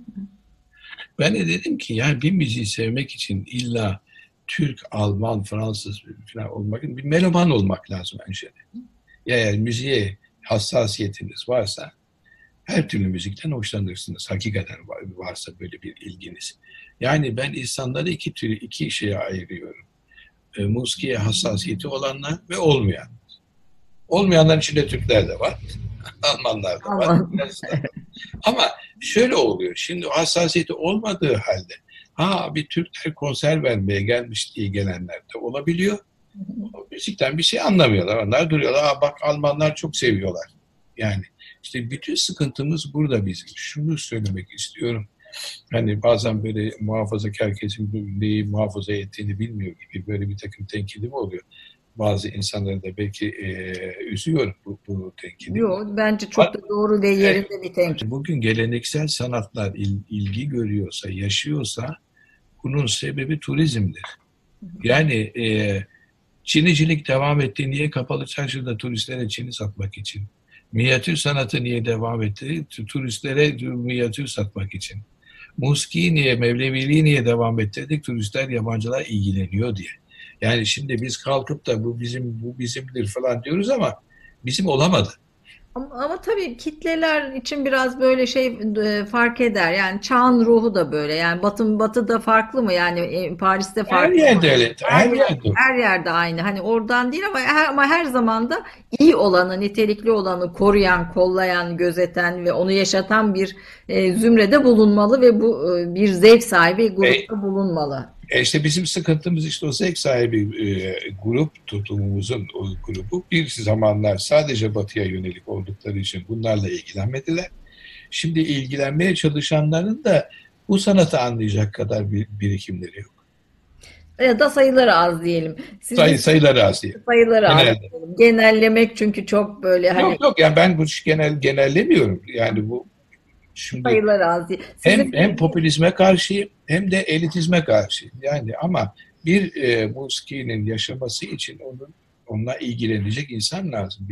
Ben de dedim ki yani bir müziği sevmek için illa Türk, Alman, Fransız falan olmak, bir meloman olmak lazım önce. Yani müziğe hassasiyetiniz varsa her türlü müzikten hoşlanırsınız. Hakikaten varsa böyle bir ilginiz. Yani ben insanları iki şeye ayırıyorum. Musikiye hassasiyeti olanlar ve olmayan. Olmayanların içinde Türkler de var. Almanlar da var. Aman. Ama şöyle oluyor. Şimdi hassasiyeti olmadığı halde bir Türkler konser vermeye gelmiş diye gelenler de olabiliyor. O müzikten bir şey anlamıyorlar. Onlar duruyorlar. Bak Almanlar çok seviyorlar. Yani işte bütün sıkıntımız burada bizim. Şunu söylemek istiyorum. Hani bazen böyle muhafazakar kesim neyi muhafaza ettiğini bilmiyor gibi böyle bir takım tenkidim oluyor. Bazı insanları da belki üzüyorum bu tenkidi. Yok, bence çok da doğru ve yerinde bir tenkit. Bugün geleneksel sanatlar ilgi görüyorsa, yaşıyorsa bunun sebebi turizmdir. Yani Çinicilik devam etti. Niye? Kapalı çarşıda turistlere Çin'i satmak için. Minyatür sanatı niye devam etti? Turistlere minyatür satmak için. Musiki niye, Mevleviliği niye devam ettirdik? Turistler, yabancılar ilgileniyor diye. Yani şimdi biz kalkıp da bu bizimdir falan diyoruz ama bizim olamadı. Ama tabii kitleler için biraz böyle fark eder. Yani çağın ruhu da böyle. Yani batıda farklı mı? Yani Paris'te Her farklı mı? yerde öyle. Her yerde. Her yerde aynı. Hani oradan değil ama her zaman da iyi olanı, nitelikli olanı koruyan, kollayan, gözeten ve onu yaşatan bir zümrede bulunmalı ve bu bir zevk sahibi grupta bulunmalı. İşte bizim sıkıntımız işte o zevk sahibi grup tutumumuzun o grubu bir zamanlar sadece batıya yönelik oldukları için bunlarla ilgilenmediler. Şimdi ilgilenmeye çalışanların da bu sanatı anlayacak kadar bir birikimleri yok. Ya da sayıları az diyelim. Sayıları az diye. Sayıları az Genelde. diyelim. Genellemek çünkü çok böyle hani Yok yani ben bu genellemiyorum. Yani bu şimdi sayıları az diye. hem popülizme karşıyım hem de elitizme karşıyım. Yani ama bir muskinin yaşaması için onunla ilgilenecek insan lazım.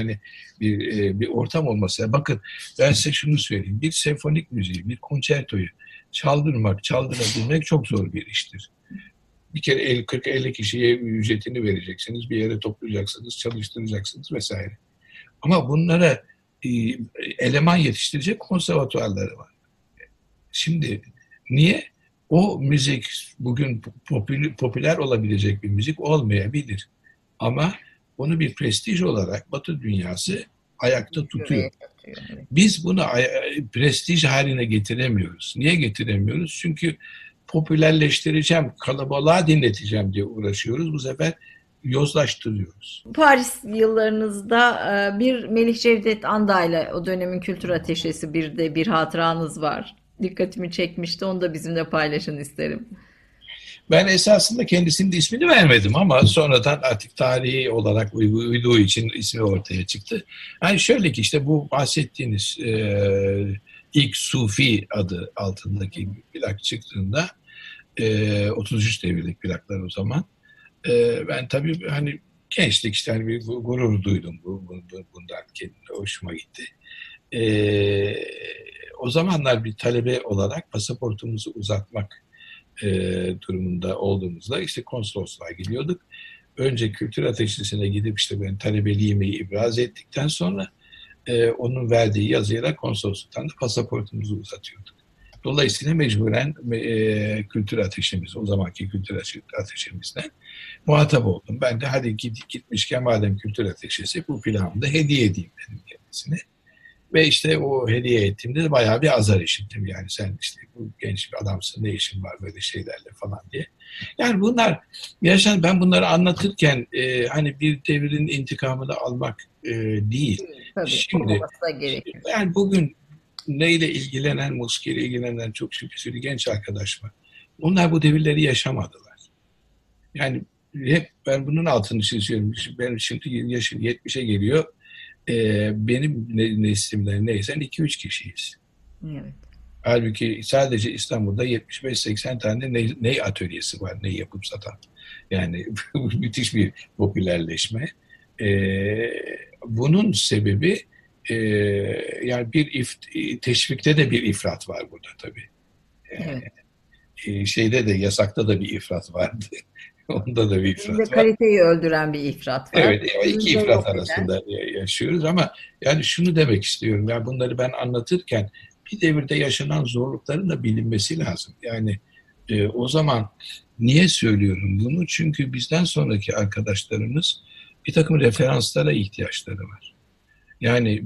Bir ortam olması. Bakın ben size şunu söyleyeyim. Bir senfonik müziği, bir konçertoyu çaldırabilmek çok zor bir iştir. Bir kere 40-50 kişiye ücretini vereceksiniz, bir yere toplayacaksınız, çalıştıracaksınız vesaire. Ama bunlara eleman yetiştirecek konservatuarları var. Şimdi niye? O müzik bugün popüler olabilecek bir müzik olmayabilir. Ama onu bir prestij olarak Batı dünyası ayakta tutuyor. Biz bunu prestij haline getiremiyoruz. Niye getiremiyoruz? Çünkü popülerleştireceğim, kalabalığa dinleteceğim diye uğraşıyoruz. Bu sefer yozlaştırıyoruz. Paris yıllarınızda bir Melih Cevdet Anda'yla, o dönemin kültür ateşesi, bir hatıranız var. Dikkatimi çekmişti. Onu da bizimle paylaşın isterim. Ben esasında kendisinin de ismini vermedim ama sonradan artık tarihi olarak uyduğu için ismi ortaya çıktı. Yani şöyle ki işte bu bahsettiğiniz ilk Sufi adı altındaki plak çıktığında 33 devirlik plaklar o zaman. Ben tabii hani gençlik işte hani bir gurur duydum bundan, hoşuma gitti. o zamanlar bir talebe olarak pasaportumuzu uzatmak durumunda olduğumuzda işte konsolosluğa gidiyorduk. Önce kültür ateşesine gidip işte ben talebeliğimi ibraz ettikten sonra onun verdiği yazıyla konsolosluktan da pasaportumuzu uzatıyorduk. Dolayısıyla mecburen kültür ateşimiz, o zamanki kültür ateşimizden muhatap oldum. Ben de hadi gitmişken madem kültür ateşesi bu planı da hediye edeyim dedim kendisine. Ve işte o hediye ettiğimde de bayağı bir azar işittim. Yani sen işte bu genç bir adamsın, ne işin var böyle şeylerle falan diye. Yani bunlar, ben bunları anlatırken hani bir devrin intikamını almak değil. Tabii, Şimdi da gerekiyor. yani bugün neyle ilgilenen, musikiyle ilgilenen çok şükür genç arkadaş var. Onlar bu devirleri yaşamadılar. Yani hep ben bunun altını çiziyorum. Ben şimdi yaşım 70'e geliyor. Benim neslimden neyse 2-3 kişiyiz. Evet. Halbuki sadece İstanbul'da 75-80 tane ney atölyesi var, ney yapıp satan. Yani müthiş bir popülerleşme. Bunun sebebi yani teşvikte de bir ifrat var burada tabii. Evet. Şeyde de, yasakta da bir ifrat vardı. Onda da bir ifrat var. Kaliteyi öldüren bir ifrat var. Evet, iki ifrat arasında yaşıyoruz ama yani şunu demek istiyorum. Yani bunları ben anlatırken bir devirde yaşanan zorlukların da bilinmesi lazım. Yani o zaman niye söylüyorum bunu? Çünkü bizden sonraki arkadaşlarımız bir takım referanslara ihtiyaçları var. Yani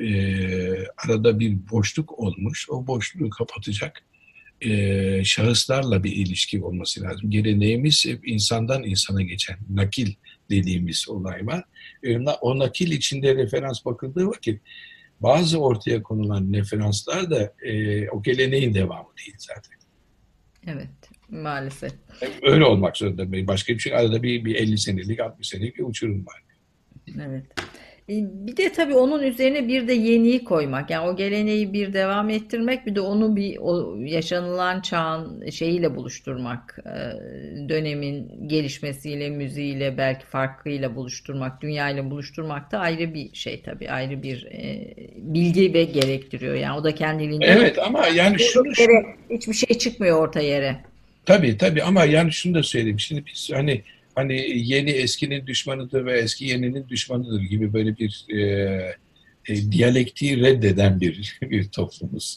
arada bir boşluk olmuş, o boşluğu kapatacak şahıslarla bir ilişki olması lazım. Geleneğimiz hep insandan insana geçen nakil dediğimiz olay var. O nakil içinde referans bakıldığı vakit bazı ortaya konulan referanslar da o geleneğin devamı değil zaten. Evet, maalesef. Öyle olmak zorunda. Başka bir şey, arada bir 50 senelik, 60 senelik bir uçurum var. Evet. Bir de tabii onun üzerine bir de yeniyi koymak. Yani o geleneği bir devam ettirmek, bir de onu o yaşanılan çağın şeyiyle buluşturmak. Dönemin gelişmesiyle, müziğiyle, belki farklıyla buluşturmak, dünyayla buluşturmak da ayrı bir şey tabii. Ayrı bir bilgi ve gerektiriyor. Yani o da kendiliğinden. Evet ama yani hiçbir şey çıkmıyor orta yere. Tabii ama yani şunu da söyleyeyim. Şimdi biz hani yeni eskinin düşmanıdır ve eski yeninin düşmanıdır gibi böyle bir diyalektiği reddeden bir toplumuz.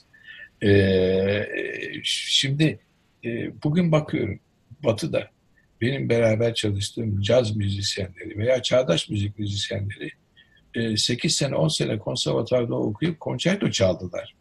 Şimdi bugün bakıyorum Batı'da benim beraber çalıştığım caz müzisyenleri veya çağdaş müzik müzisyenleri 8 sene 10 sene konservatuvarda okuyup konçerto çaldılar.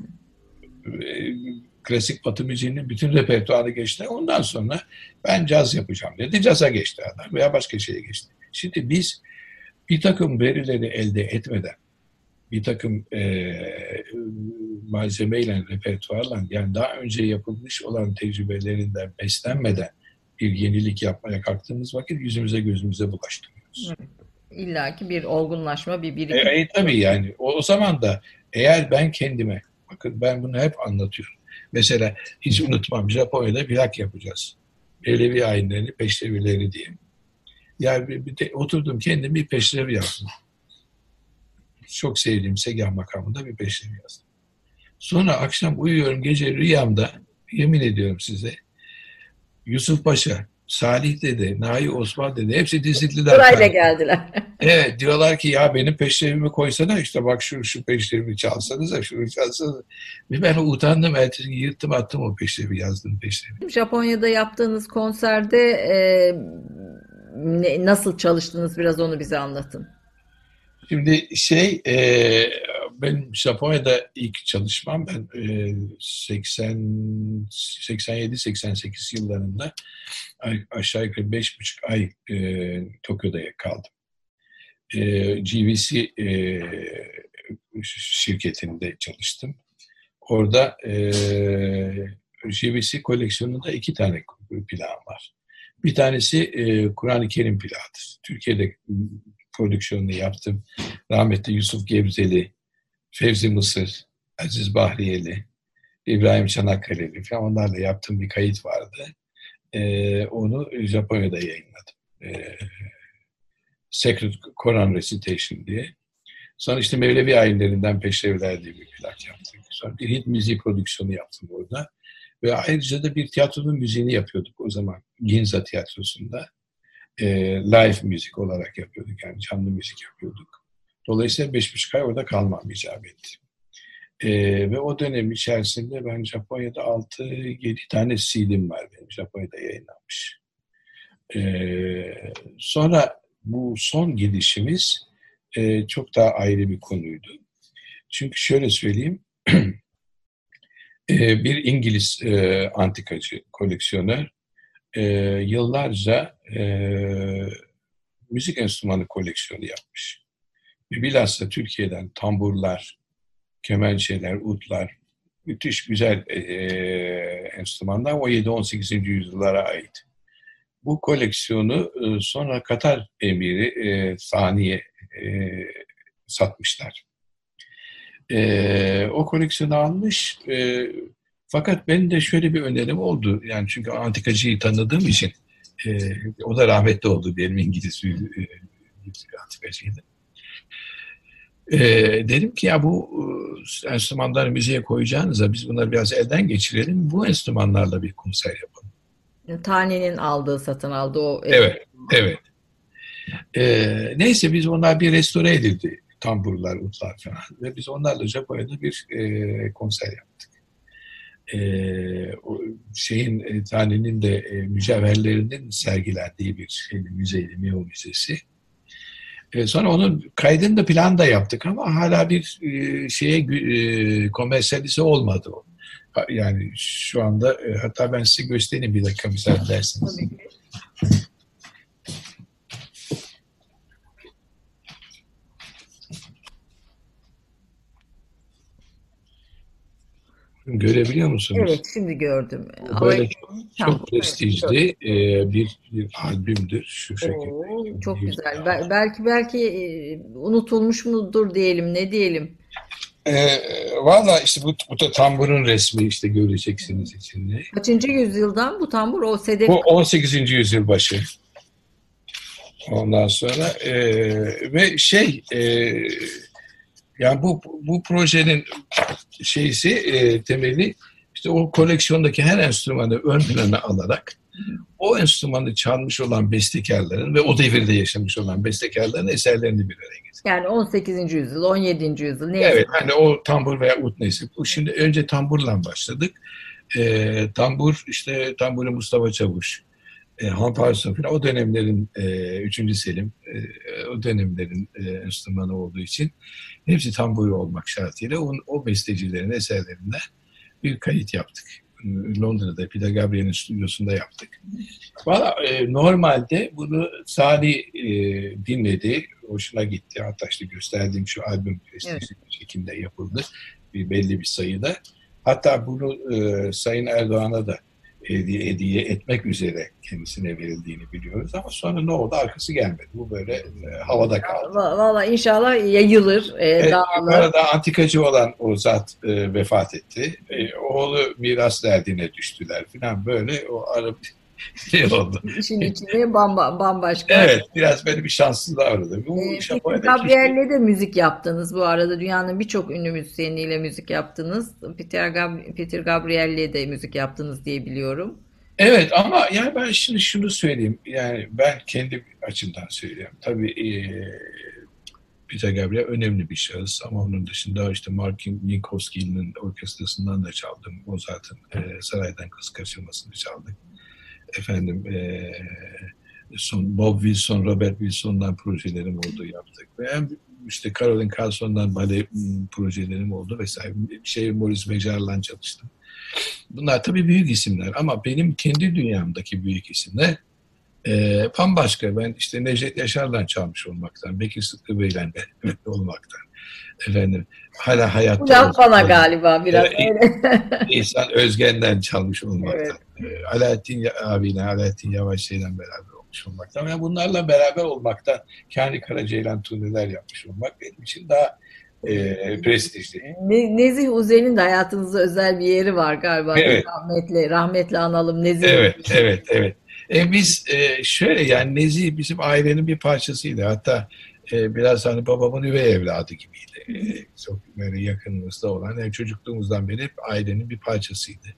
Klasik Batı müziğinin bütün repertuarı geçti. Ondan sonra ben caz yapacağım dedi. Caza geçti adam veya başka şeye geçti. Şimdi biz bir takım verileri elde etmeden, bir takım malzemeyle, repertuarla, yani daha önce yapılmış olan tecrübelerinden beslenmeden bir yenilik yapmaya kalktığımız vakit yüzümüze gözümüze bulaştırıyoruz. Evet. İlla ki bir olgunlaşma, bir birikim. Tabii yani o zaman da eğer ben kendime, bakın ben bunu hep anlatıyorum. Mesela hiç unutmam, Japonya'da plak yapacağız. Mevlevi ayinlerini, peşrevileri diye. Yani oturdum kendim bir peşrevi yazdım. Çok sevdiğim Segah makamında bir peşrevi yazdım. Sonra akşam uyuyorum, gece rüyamda, yemin ediyorum size, Yusuf Paşa, Salih Dede, Nahi Osman Dede hepsi dizildiler. Sırayla geldiler. Evet, diyorlar ki ya benim peşrevimi koysana, işte bak şu peşrevimi çalsanıza, şunu çalsanıza. Ve ben utandım, ertesi gün yırttım attım o peşrevi, yazdım peşrevi. Japonya'da yaptığınız konserde nasıl çalıştınız, biraz onu bize anlatın. Şimdi benim Japonya'da ilk çalışmam, ben 87-88 yıllarında aşağı yukarı 5,5 ay Tokyo'da kaldım. GVC şirketinde çalıştım. Orada GVC koleksiyonunda 2 tane plağım var. Bir tanesi Kur'an-ı Kerim plağıdır. Türkiye'de prodüksiyonunu yaptım. Rahmetli Yusuf Gebzeli, Fevzi Mısır, Aziz Bahriyeli, İbrahim Çanakkale'li falan, onlarla yaptığım bir kayıt vardı. Onu Japonya'da yayınladım. Sacred Koran Recitation diye. Sonra işte Mevlevi ayinlerinden Peşrevler diye bir plak yaptık. Sonra bir Hint müziği prodüksiyonu yaptım orada. Ve ayrıca da bir tiyatronun müziğini yapıyorduk o zaman Ginza Tiyatrosu'nda. Live müzik olarak yapıyorduk, yani canlı müzik yapıyorduk. Dolayısıyla 5,5 ay orada kalmam icap etti. Ve o dönem içerisinde ben Japonya'da 6-7 tane CD'm var benim, Japonya'da yayınlanmış. Sonra bu son gidişimiz çok daha ayrı bir konuydu. Çünkü şöyle söyleyeyim, bir İngiliz antikacı, koleksiyonör yıllarca müzik enstrümanı koleksiyonu yapmış. Bilhassa Türkiye'den tamburlar, kemençeler, utlar, müthiş güzel enstrümanlar 17-18. yüzyıllara ait. Bu koleksiyonu sonra Katar emiri Saniye satmışlar. O koleksiyonu almış. Fakat benim de şöyle bir önerim oldu. Yani çünkü antikacıyı tanıdığım için o da rahmetli oldu, benim İngiliz antikacıydı. Dedim ki ya bu enstrümanları müziğe koyacağınıza biz bunları biraz elden geçirelim. Bu enstrümanlarla bir konser yapalım. Tane'nin aldığı, satın aldığı o. Evet, evet. Neyse biz onlar bir restore edildi. Tamburlar, utlar falan. Ve biz onlarla Japonya'da bir konser yaptık. O şeyin, Tane'nin de mücevherlerinin sergilendiği bir müzeydi, Mio Müzesi. Sonra onun kaydını da plan da yaptık ama hala bir komersiyalize olmadı o. Yani şu anda hatta ben size göstereyim bir dakika müsaade ederseniz. Görebiliyor musunuz? Evet, şimdi gördüm. Böyle çok prestijli bir albümdür şu şekilde. Çok güzel. Belki unutulmuş mudur diyelim, ne diyelim? Valla işte bu da tamburun resmi, işte göreceksiniz içinde. Kaçıncı yüzyıldan bu tambur? O sedef. Bu 18. yüzyıl başı. Ondan sonra ve yani bu projenin temeli işte o koleksiyondaki her enstrümanı ön plana alarak o enstrümanı çalmış olan bestekarların ve o devirde yaşamış olan bestekarların eserlerini bir araya getirdi. Yani 18. yüzyıl, 17. yüzyıl neyse. Evet, hani o tambur veya ut neyse. Şimdi önce tamburla başladık. Tamburu Mustafa Çavuş, Han Parson falan, o dönemlerin 3. Selim, o dönemlerin enstrümanı olduğu için hepsi tambur olmak şartıyla o bestecilerin eserlerinden bir kayıt yaptık. Londra'da Peter Gabriel'in stüdyosunda yaptık. Valla normalde bunu Salih dinledi, hoşuna gitti. Hatta işte gösterdiğim şu albüm prestijli bir şekilde yapıldı. Belli bir sayıda. Hatta bunu Sayın Erdoğan'a da hediye etmek üzere kendisine verildiğini biliyoruz ama sonra ne oldu? Arkası gelmedi. Bu böyle havada kaldı. Valla inşallah yayılır, dağılır. Arada antikacı olan o zat vefat etti. Oğlu miras derdine düştüler falan, böyle o ara oldu. İşin içinde bambaşka. Evet, biraz böyle bir şanssızlığa uğradı. Peter Gabriel'le de müzik yaptınız bu arada. Dünyanın birçok ünlü müzisyeniyle müzik yaptınız. Peter Gabriel'le de müzik yaptınız diye biliyorum. Evet ama yani ben şimdi şunu söyleyeyim. Yani ben kendi açımdan söylüyorum. Tabii Peter Gabriel önemli bir şahıs ama onun dışında işte Martin Minkowski'nin orkestrasından da çaldım. Mozart'ın Saraydan Kız Kaçırması'nı çaldık. Bob Wilson, Robert Wilson'dan projelerim oldu, yaptık. Ve işte Caroline Carlson'dan bale projelerim oldu vesaire. Maurice Bejar'la çalıştım. Bunlar tabii büyük isimler ama benim kendi dünyamdaki büyük isimler bambaşka. Ben işte Necdet Yaşar'dan çalmış olmaktan, Bekir Sıtkı Bey'le de olmaktan, hala hayatta. Bu laf bana galiba biraz öyle. İhsan Özgen'den çalmış olmaktan, evet. Alaaddin Yavaşçı'yla beraber olmuş olmaktan, yani bunlarla beraber olmaktan, Kani Karacaylan turneler yapmış olmak benim için daha prestijli. Nezih Uzel'in de hayatınızda özel bir yeri var galiba. Evet. Rahmetli analım Nezih. Evet. Biz şöyle, yani Nezih bizim ailenin bir parçasıydı. Hatta biraz hani babamın üvey evladı gibiydi. Çok böyle yakınımızda olan, yani çocukluğumuzdan beri hep ailenin bir parçasıydı.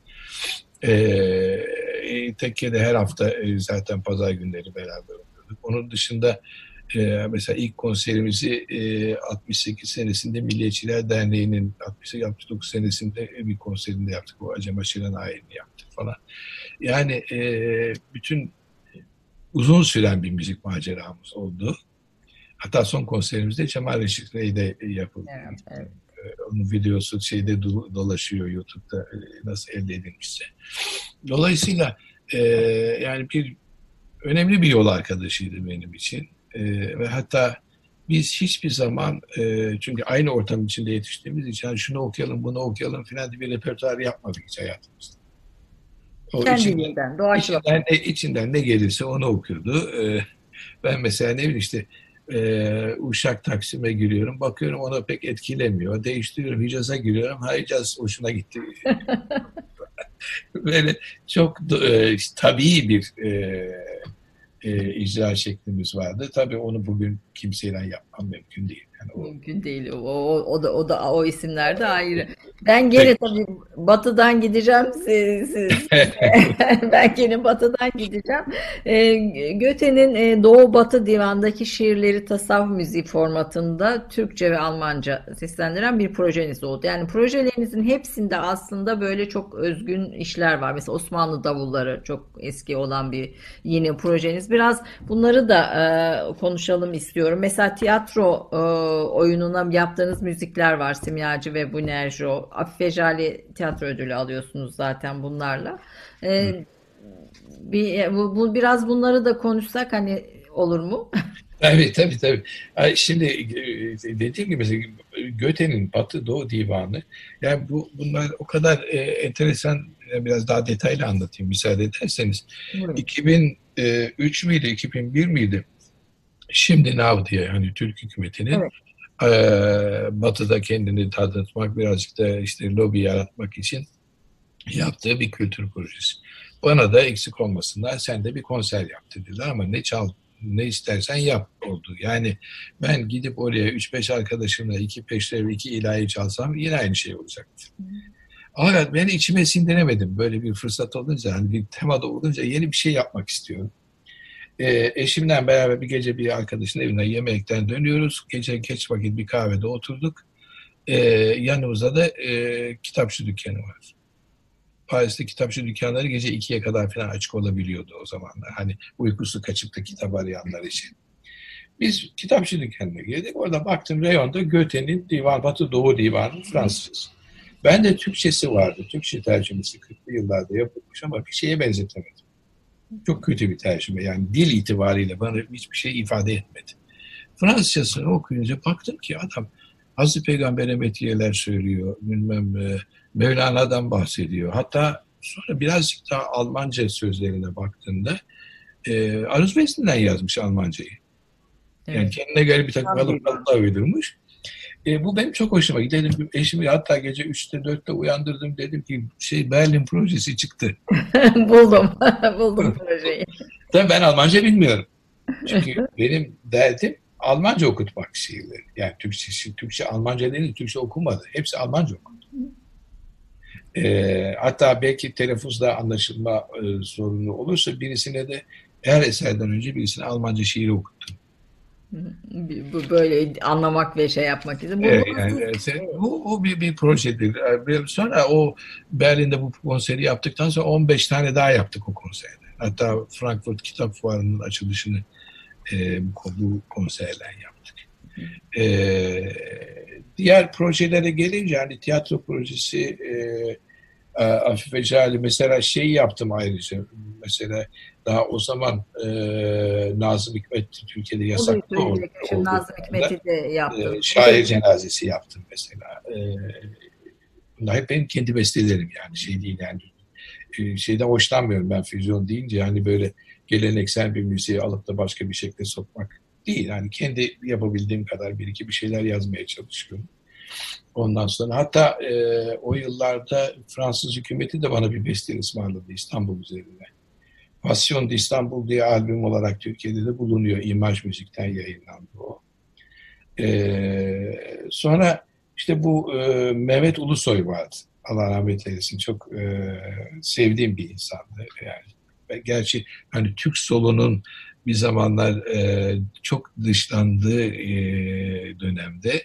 Tekke'de her hafta zaten pazar günleri beraber oluyorduk. Onun dışında mesela ilk konserimizi 68 senesinde Milliyetçiler Derneği'nin 68-69 senesinde bir konserinde yaptık. O Acem Aşıran ayini yaptık falan. Yani bütün uzun süren bir müzik maceramız oldu. Hatta son konserimizde Cemal Reşit Rey'de yapıldı. Evet, evet. Onun videosu dolaşıyor YouTube'da, nasıl elde edilmişse. Dolayısıyla yani önemli bir yol arkadaşıydı benim için. Ve hatta biz hiçbir zaman çünkü aynı ortam içinde yetiştiğimiz için yani şunu okuyalım, bunu okuyalım filan diye bir repertuar yapmadık hiç hayatımızda. O kendiliğinden, doğaçlama. İçinden ne gelirse onu okuyordu. Ben mesela ne bileyim işte Uşak Taksim'e giriyorum. Bakıyorum ona pek etkilemiyor. Değiştiriyorum. Hicaz'a giriyorum. Hicaz hoşuna gitti. Böyle çok tabii bir icra şeklimiz vardı. Tabii onu bugün kimseyle yapmam mümkün değil. Yani mümkün değil. O isimler de ayrı. Ben gene tabii batıdan gideceğim. Ben gene batıdan gideceğim. Goethe'nin Doğu Batı Divan'daki şiirleri tasavvuf müziği formatında Türkçe ve Almanca seslendiren bir projeniz oldu. Yani projelerinizin hepsinde aslında böyle çok özgün işler var. Mesela Osmanlı davulları çok eski olan bir yine projeniz. Biraz bunları da konuşalım istiyorum. Mesela tiyatro oyununa yaptığınız müzikler var. Simyacı ve Bunerjo. Afife Jali tiyatro ödülü alıyorsunuz zaten bunlarla. Biraz bunları da konuşsak hani olur mu? Tabii. Şimdi dediğim gibi mesela Goethe'nin Batı Doğu Divanı, yani bunlar o kadar enteresan, biraz daha detaylı anlatayım müsaade ederseniz. 2003 müydü, 2001 miydi? Şimdi Now diye hani Türk hükümetinin Batı'da kendini tanıtmak, birazcık da işte lobi yaratmak için yaptığı bir kültür projesi. Bana da eksik olmasınlar, sen de bir konser yap dediler ama ne istersen yap oldu. Yani ben gidip oraya 3-5 arkadaşımla 2 peşrev 2 ilahi çalsam yine aynı şey olacaktı. Ama ben içime sindiremedim. Böyle bir fırsat olunca, hani bir temada olunca yeni bir şey yapmak istiyorum. Eşimle beraber bir gece bir arkadaşın evine yemekten dönüyoruz. Gece geç vakit bir kahvede oturduk. Yanımızda da kitapçı dükkanı var. Paris'te kitapçı dükkanları gece 2'ye kadar falan açık olabiliyordu o zamanlar. Hani uykusu kaçıp da kitap arayanlar için. Biz kitapçı dükkanına girdik. Orada baktım reyonda Goethe'nin Batı Doğu Divanı Fransız. Ben de Türkçesi vardı. Türkçe tercümesi 40'lı yıllarda yapılmış ama bir şeye benzetemedim. Çok kötü bir tercüme. Yani dil itibariyle bana hiçbir şey ifade etmedi. Fransızcasını okuyunca baktım ki adam Hazreti Peygamber'e metiyeler söylüyor. Mevlana'dan bahsediyor. Hatta sonra birazcık daha Almanca sözlerine baktığında Aruz Vesli'den yazmış Almancayı. Yani evet. Kendine göre bir takım kalıplar uydurmuş. Bu benim çok hoşuma gitti. Dedim eşimi hatta gece 3'te 4'te uyandırdım. Dedim ki Berlin projesi çıktı. Buldum projeyi. Tabii ben Almanca bilmiyorum. Çünkü benim derdim Almanca okutmak şiirleri. Yani Türkçe Almanca değil, Türkçe okumadı. Hepsi Almanca okudu. Hatta belki telaffuzda anlaşılma sorunu olursa birisine de her eserden önce birisine Almanca şiiri okuttum. Böyle anlamak ve şey yapmak için. Bu bir projedir. Sonra o Berlin'de bu konseri yaptıktan sonra 15 tane daha yaptık o konserde. Hatta Frankfurt Kitap Fuarı'nın açılışını bu konserle yaptık. Diğer projelere gelince hani tiyatro projesi Afife Jali mesela yaptım ayrıca. Mesela daha o zaman Nazım Hikmet Türkiye'de yasaklı oldu. Nazım Hikmet'i de yaptım. Şair cenazesi yaptım mesela. Bunlar hep benim kendi bestelerim yani değil yani. Şeyden hoşlanmıyorum ben füzyon deyince yani böyle geleneksel bir müziği alıp da başka bir şekilde sokmak değil. Yani kendi yapabildiğim kadar bir iki bir şeyler yazmaya çalışıyorum. Ondan sonra hatta o yıllarda Fransız hükümeti de bana bir beste ısmarladı İstanbul üzerine. Passion d'Istanbul diye albüm olarak Türkiye'de de bulunuyor. İmaj Müzik'ten yayınlandı o. Sonra işte bu Mehmet Ulusoy vardı. Allah rahmet eylesin. Çok sevdiğim bir insandı. Yani gerçi hani Türk solunun bir zamanlar çok dışlandığı dönemde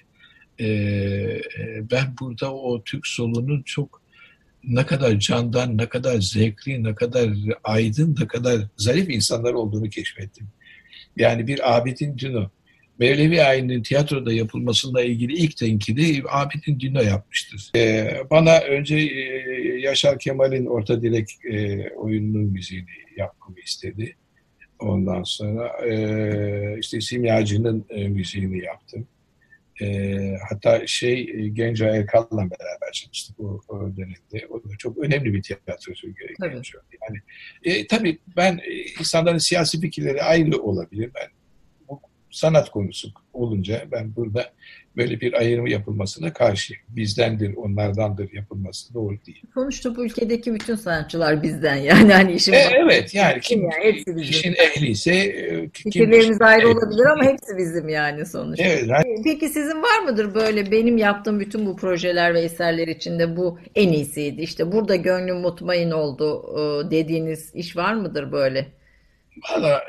ben burada o Türk solunun çok ne kadar candan, ne kadar zevkli, ne kadar aydın, ne kadar zarif insanlar olduğunu keşfettim. Yani bir Abidin Dino, Mevlevi ayininin tiyatroda yapılmasıyla ilgili ilk tenkidi Abidin Dino yapmıştır. Bana önce Yaşar Kemal'in Orta Direk oyununun müziğini yapmamı istedi. Ondan sonra işte Simyacı'nın müziğini yaptım. Hatta Genco Erkal'la beraber çalıştık o dönemde. O da çok önemli bir tiyatrocu Genco. Yani, tabii ben insanların siyasi fikirleri ayrı olabilir. Ben bu sanat konusu olunca ben burada böyle bir ayrımı yapılmasına karşıyım. Bizdendir, onlardandır yapılması doğru değil. Sonuçta bu ülkedeki bütün sanatçılar bizden yani. Hani evet yani kim hepsi bizim. işin ehliyse fikirlerimiz ayrı olabilir ama hepsi bizim yani sonuçta. Evet. Peki sizin var mıdır böyle benim yaptığım bütün bu projeler ve eserler içinde bu en iyisiydi? İşte burada gönlüm mutmain oldu dediğiniz iş var mıdır böyle? Valla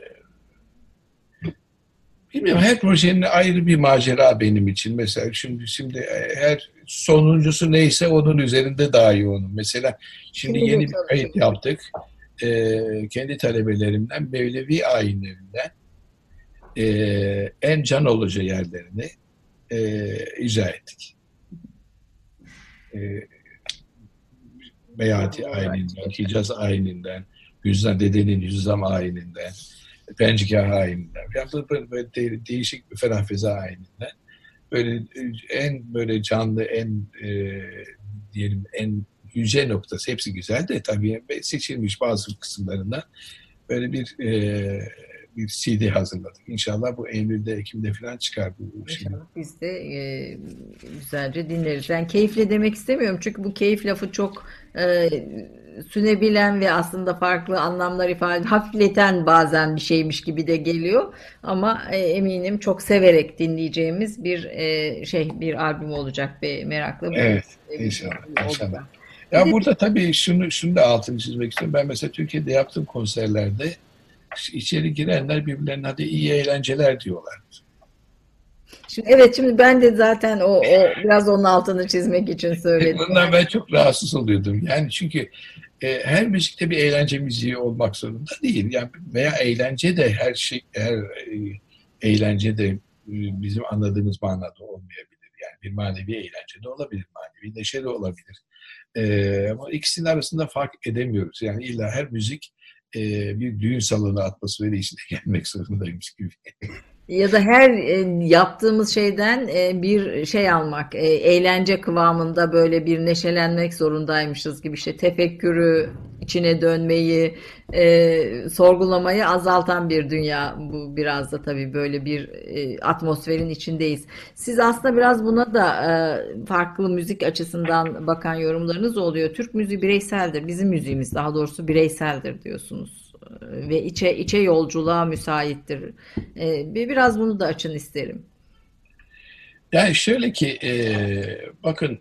bilmiyorum, her projenin ayrı bir macera benim için. Mesela şimdi her sonuncusu neyse onun üzerinde daha yoğunum. Mesela şimdi yeni bir kayıt yaptık. Kendi talebelerimden Mevlevi ayinlerinden en can olucu yerlerini icra ettik. Beyati ayininden, Hicaz ayininden, Dedenin Hüzzam ayininden, Pencikah ayininden, yani böyle değişik bir Ferahfeza ayininden, böyle en böyle canlı, en diyelim en yüce noktası, hepsi güzel de tabii seçilmiş bazı kısımlarından böyle bir CD hazırladık. İnşallah bu Eylül'de, Ekim'de falan çıkar bu şey. İnşallah biz de güzelce dinleriz. Ben keyifle demek istemiyorum çünkü bu keyif lafı çok sünebilen ve aslında farklı anlamlar ifade, hafifleten bazen bir şeymiş gibi de geliyor. Ama eminim çok severek dinleyeceğimiz bir albüm olacak ve merakla. Evet, inşallah. Ya burada tabii şunu da altını çizmek istiyorum. Ben mesela Türkiye'de yaptığım konserlerde içeri girenler birbirlerine hadi iyi eğlenceler diyorlar. Şimdi ben de zaten o biraz onun altını çizmek için söyledim. Bundan ben çok rahatsız oluyordum. Yani çünkü her müzikte bir eğlence müziği olmak zorunda değil. Yani veya eğlence de her eğlence de bizim anladığımız manada olmayabilir. Yani bir manevi eğlence de olabilir, manevi neşe de olabilir. Ama ikisinin arasında fark edemiyoruz. Yani illa her müzik bir düğün salonu atmosferi içine gelmek zorundaymış gibi. Ya da her yaptığımız şeyden bir şey almak, eğlence kıvamında böyle bir neşelenmek zorundaymışız gibi, işte tefekkürü, içine dönmeyi, sorgulamayı azaltan bir dünya. Bu biraz da tabii böyle bir atmosferin içindeyiz. Siz aslında biraz buna da farklı müzik açısından bakan yorumlarınız oluyor. Türk müziği bireyseldir, bizim müziğimiz daha doğrusu bireyseldir diyorsunuz. Ve içe yolculuğa müsaittir. Biraz bunu da açın isterim. Yani şöyle ki bakın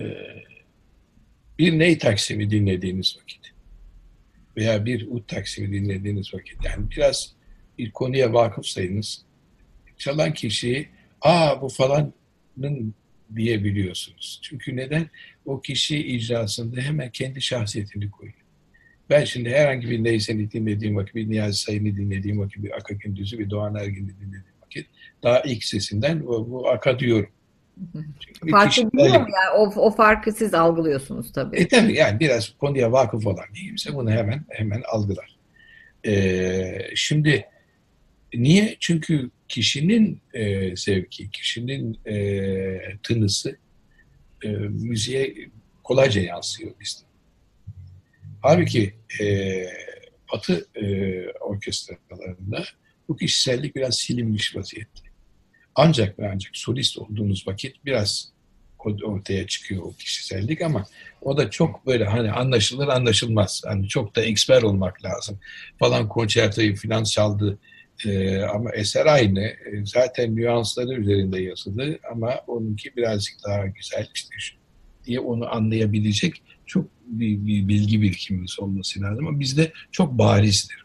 bir ney taksimi dinlediğiniz vakit veya bir ud taksimi dinlediğiniz vakit, yani biraz bir konuya vakıfsayınız çalan kişiyi bu falanın diyebiliyorsunuz. Çünkü neden? O kişi icrasında hemen kendi şahsiyetini koyuyor. Ben şimdi herhangi bir Neysen'i dinlediğim vakit, bir Niyazi Sayın'ı dinlediğim vakit, bir Aka Gündüz'ü, bir Doğan Ergin'i dinlediğim vakit daha ilk sesinden bu Aka diyorum. Farkı biliyor mu? Yani o farkı siz algılıyorsunuz tabii. Tabii yani biraz konuya vakıf olan bir kimse bunu hemen algılar. Şimdi niye? Çünkü kişinin zevki, kişinin tınısı müziğe kolayca yansıyor bizde. Halbuki Batı orkestralarında bu kişisellik biraz silinmiş vaziyette. Ancak solist olduğunuz vakit biraz ortaya çıkıyor o kişisellik, ama o da çok böyle hani anlaşılır anlaşılmaz. Hani çok da eksper olmak lazım. Falan konçertoyu falan çaldı Ama eser aynı. Zaten nüansları üzerinde yazılı ama onunki birazcık daha güzel işte diye onu anlayabilecek çok bir bilgi birikimimiz olması lazım. Ama bizde çok barizdir.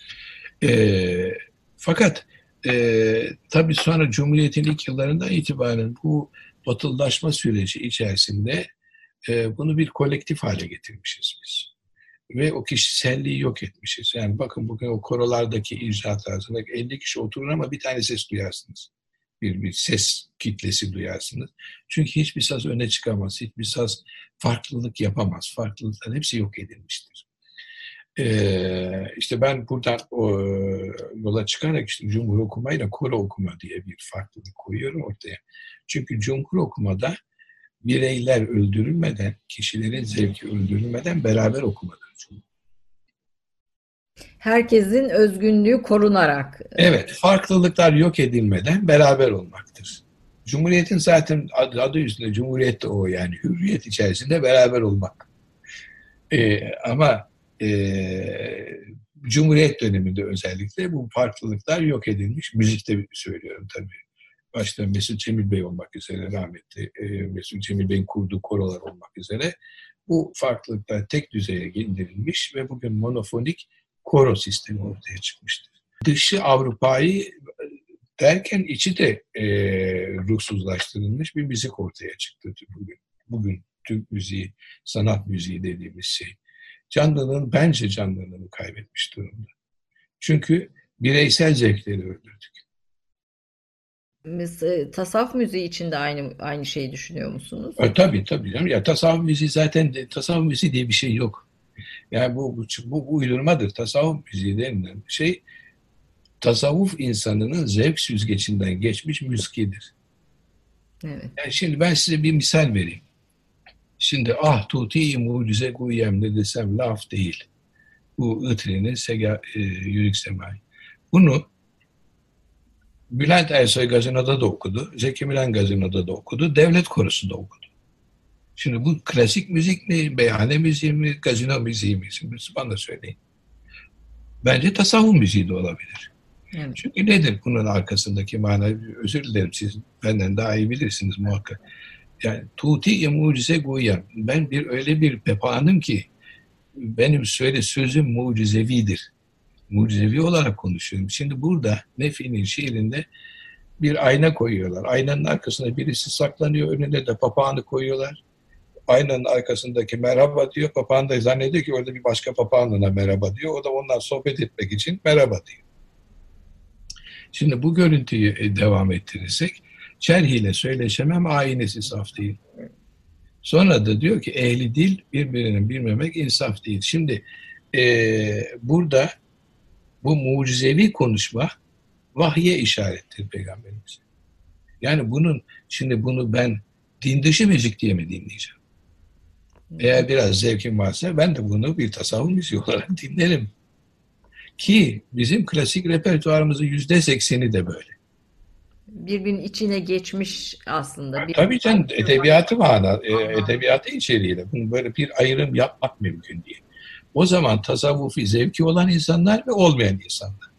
Fakat tabii sonra Cumhuriyet'in ilk yıllarından itibaren bu batılılaşma süreci içerisinde bunu bir kolektif hale getirmişiz biz. Ve o kişiselliği yok etmişiz. Yani bakın bugün o korolardaki icraat arasında 50 kişi oturur ama bir tane ses duyarsınız. Bir ses kitlesi duyarsınız. Çünkü hiçbir saz öne çıkamaz. Hiçbir saz farklılık yapamaz. Farklılıkların hepsi yok edilmiştir. İşte ben buradan yola çıkarak işte cumhur okumayla koro okuma diye bir farklılık koyuyorum ortaya. Çünkü cumhur okumada bireyler öldürülmeden, kişilerin zevki öldürülmeden beraber okumadır. Herkesin özgünlüğü korunarak. Evet, farklılıklar yok edilmeden beraber olmaktır. Cumhuriyetin zaten adı üstünde Cumhuriyet de o yani. Hürriyet içerisinde beraber olmak. Ama Cumhuriyet döneminde özellikle bu farklılıklar yok edilmiş. Müzikte söylüyorum tabii. Başta Mesut Cemil Bey olmak üzere rahmetli Mesut Cemil Bey'in kurduğu korolar olmak üzere bu farklılıklar tek düzeye indirilmiş ve bugün monofonik koro sistemi ortaya çıkmıştır. Dışı Avrupa'yı derken içi de ruhsuzlaştırılmış bir müzik ortaya çıktı bugün Türk müziği, sanat müziği dediğimiz şey. Bence canlılığını kaybetmiş durumda. Çünkü bireysel zevkleri öldürdük. Tasavvuf müziği için de aynı şeyi düşünüyor musunuz? Tabii canım. Ya tasavvuf müziği zaten tasavvuf müziği diye bir şey yok. Yani bu uydurmadır. Tasavvuf müziği denilen şey tasavvuf insanının zevk süzgecinden geçmiş müzikidir. Evet. Yani şimdi ben size bir misal vereyim. Şimdi tuti mucize guyem ne desem laf değil. Bu Itri'nin Yürük Semai. Bunu Bülent Ersoy Gazino'da da okudu. Zeki Müren Gazino'da da okudu. Devlet Korosu da okudu. Şimdi bu klasik müzik mi, meyhane müziği mi, gazino müziği mi? Şimdi bana söyleyin. Bence tasavvuf müziği de olabilir. Evet. Çünkü nedir bunun arkasındaki mana? Özür dilerim, siz benden daha iyi bilirsiniz muhakkak. Yani tuti mucize guyem. Ben öyle bir papağanım ki benim sözüm mucizevidir. Mucizevi olarak konuşuyorum. Şimdi burada Nefi'nin şiirinde bir ayna koyuyorlar. Aynanın arkasında birisi saklanıyor. Önüne de papağanı koyuyorlar. Aynanın arkasındaki merhaba diyor. Papağan da zannediyor ki orada bir başka papağanına merhaba diyor. O da ondan sohbet etmek için merhaba diyor. Şimdi bu görüntüyü devam ettirirsek çerhiyle söyleşemem aynesi saf değil. Sonra da diyor ki ehli dil birbirinin bilmemek insaf değil. Şimdi burada bu mucizevi konuşma vahye işarettir Peygamberimiz. Yani bunu ben din dışı müzik diye mi dinleyeceğim? Eğer biraz zevkim varsa ben de bunu bir tasavvuf müziği olarak dinlerim. Ki bizim klasik repertuarımızın %80'i de böyle. Birbirinin içine geçmiş aslında. Tabii canım, edebiyatı var, edebiyatı içeriğiyle. Bunu böyle bir ayrım yapmak mümkün değil. O zaman tasavvufi zevki olan insanlar ve olmayan insanlar.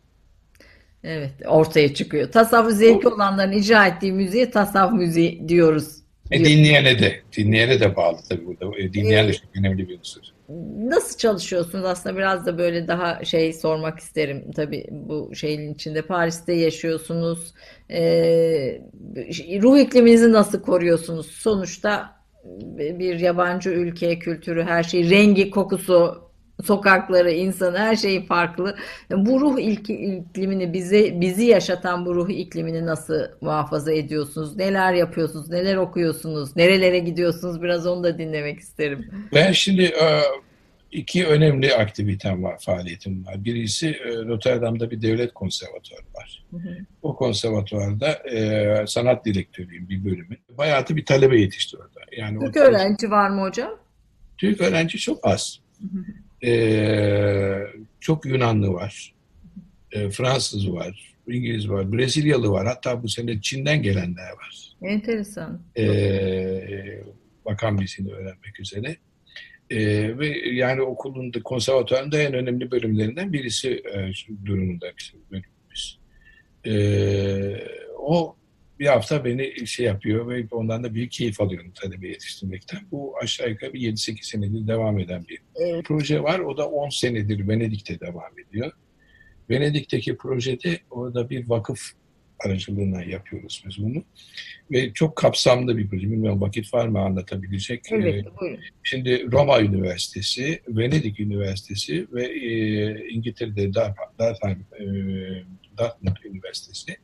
Evet, ortaya çıkıyor. Tasavvuf zevki olanların icra ettiği müziğe tasavvuf müziği diyoruz. Dinleyene de bağlı tabii burada. Dinleyen de çok önemli bir unsur. Nasıl çalışıyorsunuz? Aslında biraz da böyle daha sormak isterim. Tabii bu şeyin içinde Paris'te yaşıyorsunuz. Ruh ikliminizi nasıl koruyorsunuz? Sonuçta bir yabancı ülke, kültürü, her şey, rengi, kokusu, sokakları, insanı, her şey farklı. Bu ruh iklimini bizi yaşatan bu ruh iklimini nasıl muhafaza ediyorsunuz? Neler yapıyorsunuz? Neler okuyorsunuz? Nerelere gidiyorsunuz? Biraz onu da dinlemek isterim. Ben şimdi iki önemli aktivitem var, faaliyetim var. Birisi Rotterdam'da bir devlet konservatuarı var. O konservatuarda sanat direktörüyüm bir bölümün. Bayağı da bir talebe yetişti orada. Yani Türk öğrenci var mı hocam? Türk öğrenci çok az. Çok Yunanlı var. Fransız var. İngiliz var. Brezilyalı var. Hatta bu sene Çin'den gelenler var. Enteresan. Bakan müziğini öğrenmek üzere. Ve yani okulun konservatuvarın da en önemli bölümlerinden birisi durumunda. O bir hafta beni şey yapıyor ve ondan da büyük keyif alıyorum talebe yetiştirmekten. Bu aşağı yukarı 7-8 senedir devam eden bir proje var. O da 10 senedir Venedik'te devam ediyor. Venedik'teki projede orada bir vakıf aracılığından yapıyoruz biz bunu. Ve çok kapsamlı bir proje. Bilmiyorum vakit var mı anlatabilecek. Evet, buyurun. Şimdi Roma Üniversitesi, Venedik Üniversitesi ve İngiltere'de Dartmouth Üniversitesi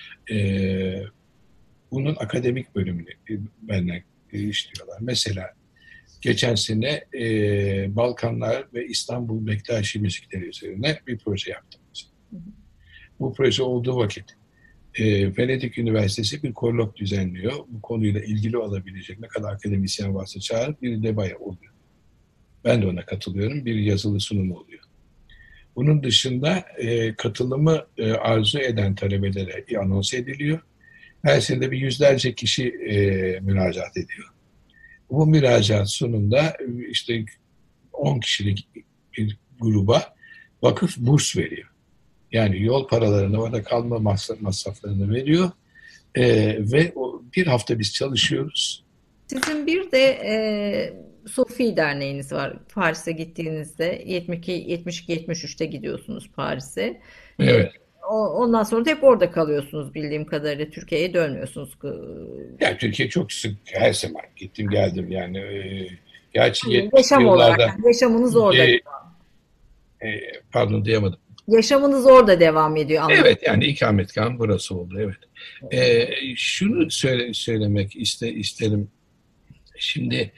bunun akademik bölümünü benden işliyorlar. Mesela geçen sene Balkanlar ve İstanbul Bektaşi müzikleri üzerine bir proje yaptım. Bu proje olduğu vakit Venedik Üniversitesi bir kolok düzenliyor. Bu konuyla ilgili olabilecek ne kadar akademisyen varsa çağırıp bir debaya oluyor. Ben de ona katılıyorum. Bir yazılı sunum oluyor. Bunun dışında katılımı arzu eden talebelere anons ediliyor. Her sene bir yüzlerce kişi müracaat ediyor. Bu müracaat sonunda işte 10 kişilik bir gruba vakıf burs veriyor. Yani yol paralarını, orada kalma masraflarını veriyor. Ve bir hafta biz çalışıyoruz. Sizin bir de Sofi Derneğiniz var. Paris'e gittiğinizde 72-73'te gidiyorsunuz Paris'e. Evet. Ondan sonra da hep orada kalıyorsunuz bildiğim kadarıyla. Türkiye'ye dönmüyorsunuz. Yani Türkiye çok sık her zaman gittim geldim yani. Gerçi Yaşam olarak yani yaşamınız orada. Pardon diyemedim. Yaşamınız orada devam ediyor. Anladım. Evet yani ikametgahım burası oldu evet. Şunu söylemek isterim. Şimdi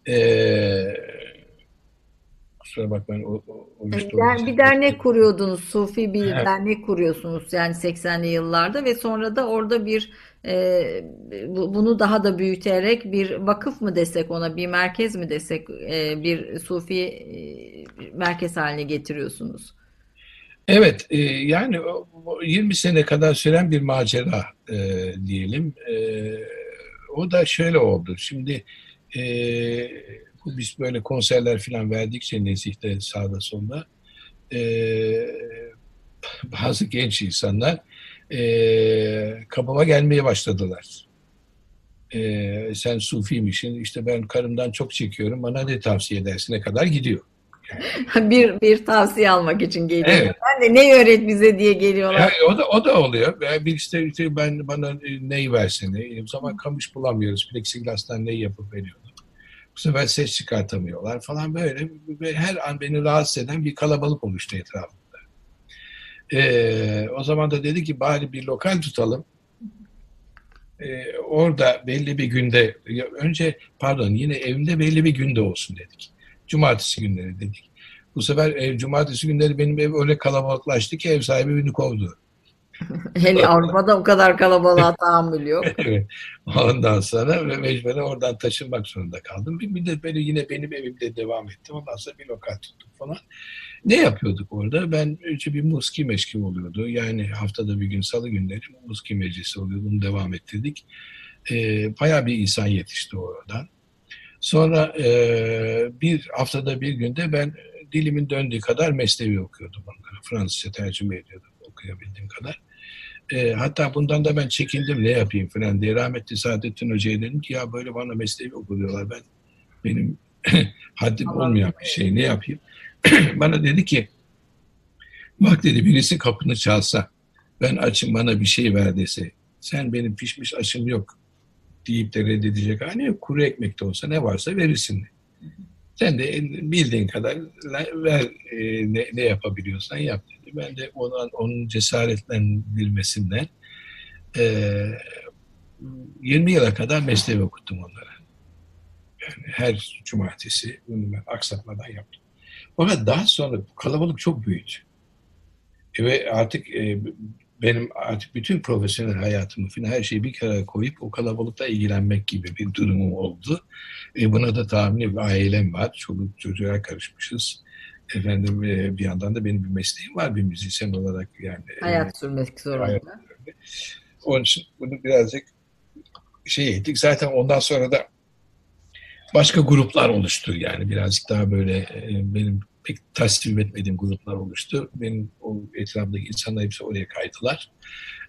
kusura bakmayın yani bir dernek kuruyordunuz. Sufi bir dernek kuruyorsunuz yani 80'li yıllarda ve sonra da orada bir bunu daha da büyüterek bir vakıf mı desek ona bir merkez mi desek bir Sufi merkez haline getiriyorsunuz. Evet, yani 20 sene kadar süren bir macera diyelim. O da şöyle oldu. Şimdi biz böyle konserler falan verdikçe Nezih'te sağda solda bazı genç insanlar kapıma gelmeye başladılar. Sen Sufiymişsin, işte ben karımdan çok çekiyorum, bana ne tavsiye edersine kadar gidiyor. Yani. bir tavsiye almak için geliyorlar. Evet. Ben de ne öğret bize diye geliyorlar. Yani o da oluyor. Bir işte bana ney versene. O zaman kamış bulamıyoruz. Plexiglas'tan ney yapıp veriyorlar. Bu sefer ses çıkartamıyorlar falan böyle. Her an beni rahatsız eden bir kalabalık oluştu etrafımda. O zaman da dedi ki bari bir lokal tutalım. Orada belli bir günde yine evimde belli bir günde olsun dedik. Cumartesi günleri dedik. Bu sefer cumartesi günleri benim ev öyle kalabalıklaştı ki ev sahibi beni kovdu. Hele Avrupa'da o kadar kalabalığa tahammül yok. Evet. Ondan sonra mecburen oradan taşınmak zorunda kaldım. Bir de yine benim evimde devam ettim. Ondan sonra bir lokal tuttuk falan. Ne yapıyorduk orada? Ben önce bir muski meşki oluyordu. Yani haftada bir gün salı günleri muski meclisi oluyordu. Bunu devam ettirdik. Bayağı bir insan yetişti oradan. Sonra bir haftada bir günde ben dilimin döndüğü kadar mesnevi okuyordum onları. Fransızca tercüme ediyordum okuyabildiğim kadar. Hatta bundan da ben çekindim ne yapayım falan diye. Rahmetli Saadettin Hoca'ya dedim ki ya böyle bana mesnevi okuyorlar. Benim haddim olmayan bir şey ne yapayım? Bana dedi ki bak dedi birisi kapını çalsa ben açım bana bir şey ver dese sen benim pişmiş aşım yok deyip de reddedecek hali yok. Kuru ekmek de olsa ne varsa verirsin. Sen de bildiğin kadar ver ne yapabiliyorsan yap dedi. Ben de onun cesaretlendirmesinden 20 yıla kadar mesleği okuttum onlara. Yani her cumartesi bunu ben aksatmadan yaptım. Fakat daha sonra kalabalık çok büyüdü. Ve artık benim bütün profesyonel hayatımı falan her şeyi bir kere koyup o kalabalıkla ilgilenmek gibi bir durumum oldu. Buna da tahmini bir ailem var. Çoluk çocuğa karışmışız. Efendim bir yandan da benim bir mesleğim var bir müzisyen olarak yani. Hayat sürmek zorunda. Onun için bunu birazcık ettik. Zaten ondan sonra da başka gruplar oluştu yani birazcık daha böyle benim pek tasvip etmediğim gruplar oluştu. Benim o etrafındaki insanlar hepsi oraya kaydılar.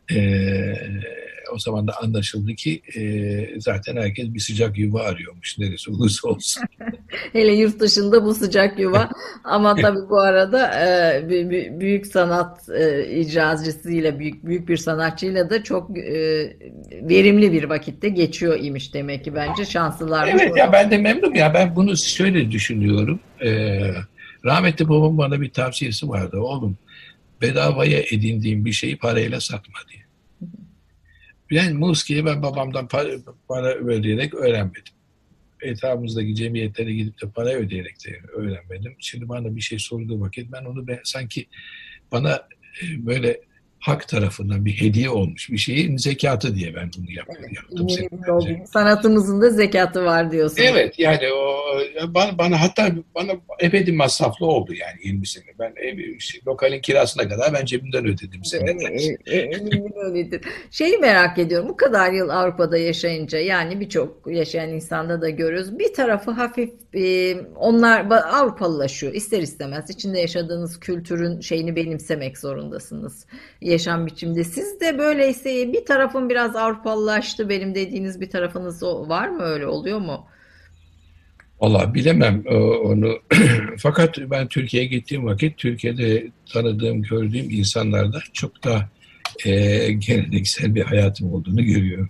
O zaman da anlaşıldı ki zaten herkes bir sıcak yuva arıyormuş neresi olursa olsun. Hele yurt dışında bu sıcak yuva ama tabii bu arada büyük sanat icracısıyla büyük bir sanatçıyla da çok verimli bir vakitte geçiyor imiş demek ki bence şanslılarmış. Evet ya ben de memnunum ya ben bunu şöyle düşünüyorum. Rahmetli babam bana bir tavsiyesi vardı. Oğlum bedavaya edindiğim bir şeyi parayla satma diye. Yani musikiyi ben babamdan para ödeyerek öğrenmedim. Etrafımızdaki cemiyetlere gidip de para ödeyerek de öğrenmedim. Şimdi bana bir şey sorduğu vakit ben onu sanki bana böyle hak tarafından bir hediye olmuş bir şeyin zekatı diye ben bunu yaptım. Sanatımızın da zekatı var diyorsun. Evet yani o hatta bana ebedi masraflı oldu yani 20 sene. Ben lokalin kirasına kadar ben cebimden ödedim seneler. Eminim öyledir. Şeyi merak ediyorum. Bu kadar yıl Avrupa'da yaşayınca yani birçok yaşayan insanda da görüyoruz. Bir tarafı hafif onlar Avrupalılaşıyor. İster istemez içinde yaşadığınız kültürün şeyini benimsemek zorundasınız. Yaşam biçimde. Siz de böyleyse bir tarafın biraz Avrupalılaştı benim dediğiniz bir tarafınız var mı, öyle oluyor mu? Vallahi bilemem onu. Fakat ben Türkiye'ye gittiğim vakit Türkiye'de tanıdığım, gördüğüm insanlarda çok daha geleneksel bir hayatım olduğunu görüyorum.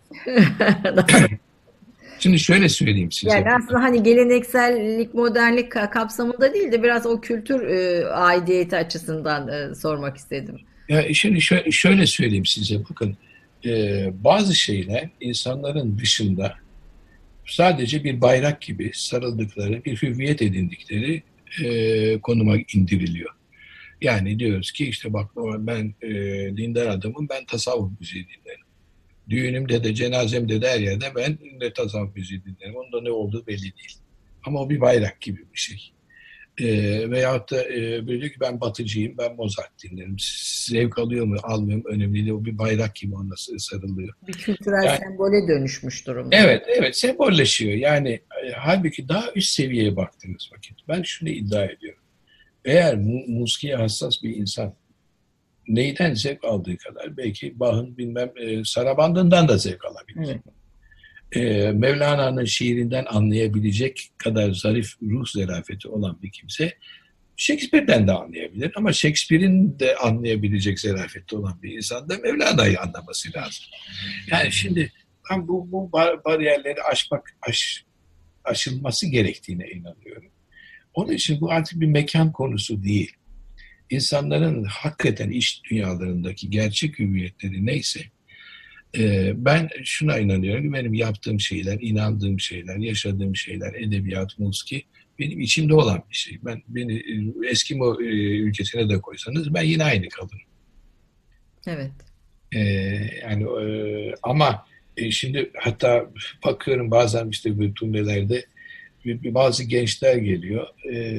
Şimdi şöyle söyleyeyim size. Yani aslında hani geleneksellik, modernlik kapsamında değil de biraz o kültür aidiyeti açısından sormak istedim. Ya şimdi şöyle söyleyeyim size. Bakın bazı şeyler insanların dışında sadece bir bayrak gibi sarıldıkları, bir hüviyet edindikleri konuma indiriliyor. Yani diyoruz ki işte bak ben dindar adamım, ben tasavvuf müziği dinlerim. Düğünümde de cenazemde de her yerde ben de tasavvuf müziği dinlerim. Onun da ne olduğu belli değil. Ama o bir bayrak gibi bir şey. Veyahut da böyle ki ben batıcıyım, ben Mozart dinlerim. Zevk alıyor mu, almıyor mu önemli değil. O bir bayrak gibi ona sarılıyor. Bir kültürel sembole dönüşmüş durumda. Evet, sembolleşiyor. Yani halbuki daha üst seviyeye baktığınız vakit. Ben şunu iddia ediyorum. Eğer musikiye hassas bir insan neyden zevk aldığı kadar belki Bach'ın bilmem sarabandından da zevk alabilir. Evet. Mevlana'nın şiirinden anlayabilecek kadar zarif ruh zarafeti olan bir kimse Shakespeare'den de anlayabilir ama Shakespeare'in de anlayabilecek zarafeti olan bir insan da Mevlana'yı anlaması lazım. Yani şimdi ben bu bariyerleri aşılması gerektiğine inanıyorum. Onun için bu artık bir mekan konusu değil. İnsanların hakikaten iç dünyalarındaki gerçek hüviyetleri neyse ben şuna inanıyorum ki benim yaptığım şeyler, inandığım şeyler, yaşadığım şeyler, edebiyat, musiki benim içimde olan bir şey. Beni Eskimo ülkesine de koysanız ben yine aynı kalırım. Evet. Yani ama şimdi hatta bakıyorum bazen işte bu turnelerde bazı gençler geliyor.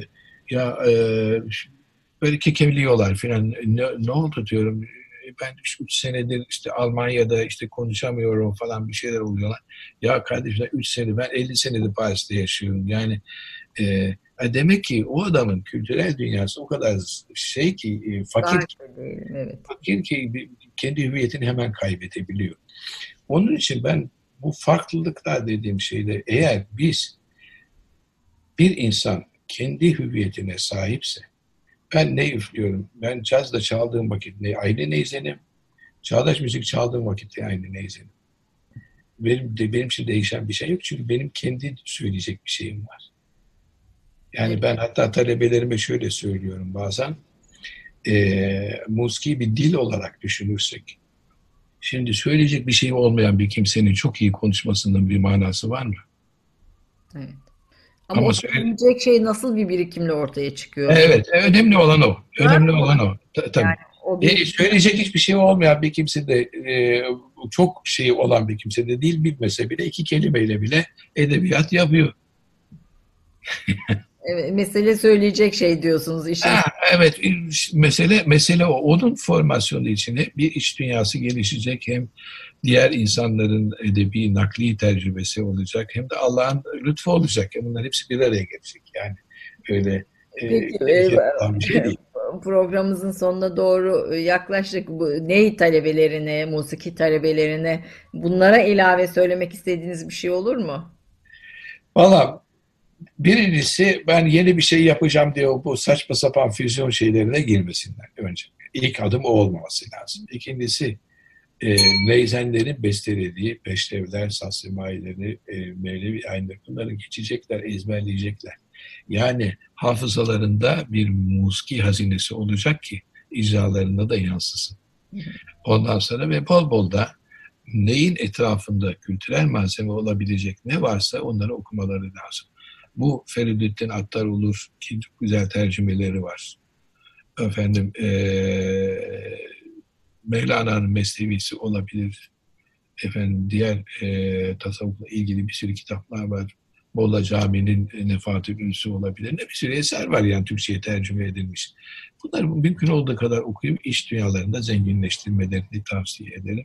Böyle kekeliyorlar falan. Ne oldu diyorum. Ben 3 senedir işte Almanya'da işte konuşamıyorum falan bir şeyler oluyorlar. Ya kardeşim 3 sene ben 50 senedir Paris'te yaşıyorum. Yani demek ki o adamın kültürel dünyası o kadar şey ki fakir ki kendi hüviyetini hemen kaybedebiliyor. Onun için ben bu farklılıklar dediğim şeyde eğer bir insan kendi hüviyetine sahipse ben ne üflüyorum? Ben cazda çaldığım vakit aynı neyzenim. Çağdaş müzik çaldığım vakit aynı neyzenim. Benim için değişen bir şey yok. Çünkü benim kendi söyleyecek bir şeyim var. Yani ben hatta talebelerime şöyle söylüyorum bazen. Musiki bir dil olarak düşünürsek. Şimdi söyleyecek bir şey olmayan bir kimsenin çok iyi konuşmasının bir manası var mı? Evet. Ama söyleyecek şey nasıl bir birikimle ortaya çıkıyor? Evet, önemli olan o. Önemli olan o. Tabii. Yani söyleyecek hiçbir şey olmayan bir kimse de çok şey olan bir kimse de dil bilmese bile 2 kelimeyle bile edebiyat yapıyor. Evet, mesele söyleyecek şey diyorsunuz işin. Evet, mesele o. Onun formasyonu içine bir iç dünyası gelişecek, hem diğer insanların edebi nakli tecrübesi olacak, hem de Allah'ın lütfu olacak. Bunlar hepsi bir araya gelecek. Yani öyle bir şey değil. programımızın sonuna doğru yaklaştık. Bu ney talebelerine, musiki talebelerine bunlara ilave söylemek istediğiniz bir şey olur mu? Valla birincisi ben yeni bir şey yapacağım diye bu saçma sapan füzyon şeylerine girmesinler önce. İlk adım o olmaması lazım. İkincisi neyzenlerin bestelediği peştevler, sazsemaileri, Mevlevi ayinleri bunları geçecekler, ezberleyecekler. Yani hafızalarında bir musiki hazinesi olacak ki icralarında da yansısın. Ondan sonra ve bol bol da neyin etrafında kültürel malzeme olabilecek ne varsa onları okumaları lazım. Bu Feridüddin Attar olur ki güzel tercümeleri var. Efendim Mevlana'nın Mesnevisi olabilir. Efendim diğer tasavvufla ilgili bir sürü kitaplar var. Molla Cami'nin Nefahat-ı Ünsi olabilir. Ne bir sürü eser var yani Türkçe'ye tercüme edilmiş. Bunları mümkün olduğu kadar okuyup iş dünyalarında zenginleştirmelerini tavsiye ederim.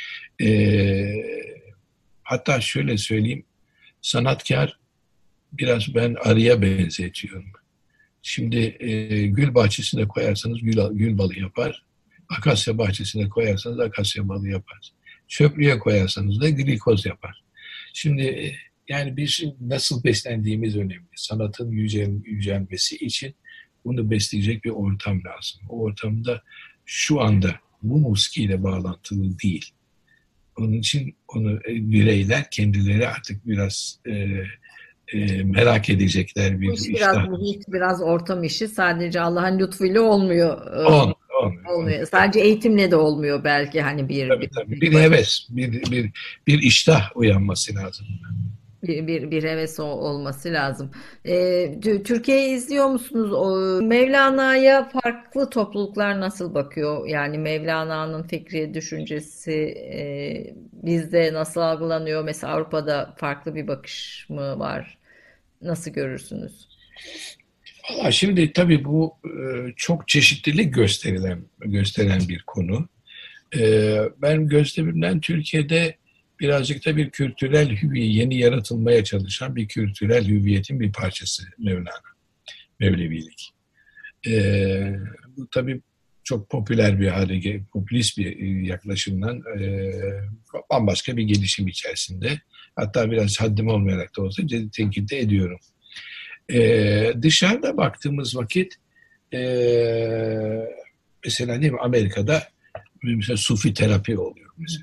Hatta şöyle söyleyeyim, sanatkar biraz ben arıya benzetiyorum. Şimdi gül bahçesine koyarsanız gül balı yapar. Akasya bahçesine koyarsanız akasya balı yapar. Çöplüğe koyarsanız da glikoz yapar. Şimdi yani biz nasıl beslendiğimiz önemli. Sanatın yücelmesi için bunu besleyecek bir ortam lazım. O ortamda şu anda bu musikiyle bağlantılı değil. Onun için onu bireyler kendileri artık biraz merak edecekler bir iştah. Biraz ortam işi sadece Allah'ın lütfuyla olmuyor. Olmuyor. Sadece eğitimle de olmuyor belki hani bir heves, bir iştah uyanması lazım. Bir heves olması lazım. Türkiye'yi izliyor musunuz? Mevlana'ya farklı topluluklar nasıl bakıyor? Yani Mevlana'nın fikri, düşüncesi bizde nasıl algılanıyor? Mesela Avrupa'da farklı bir bakış mı var? Nasıl görürsünüz? Valla şimdi tabii bu çok çeşitlilik gösteren bir konu. Ben gözlemimden Türkiye'de birazcık da bir kültürel yeni yaratılmaya çalışan bir kültürel hüviyetin bir parçası Mevlevilik. Bu tabii çok popüler bir hale, popülist bir yaklaşımdan bambaşka bir gelişim içerisinde. Hatta biraz haddim olmayarak da olsa tenkit de ediyorum. Dışarıda baktığımız vakit mesela değil mi Amerika'da mesela sufi terapi oluyor mesela.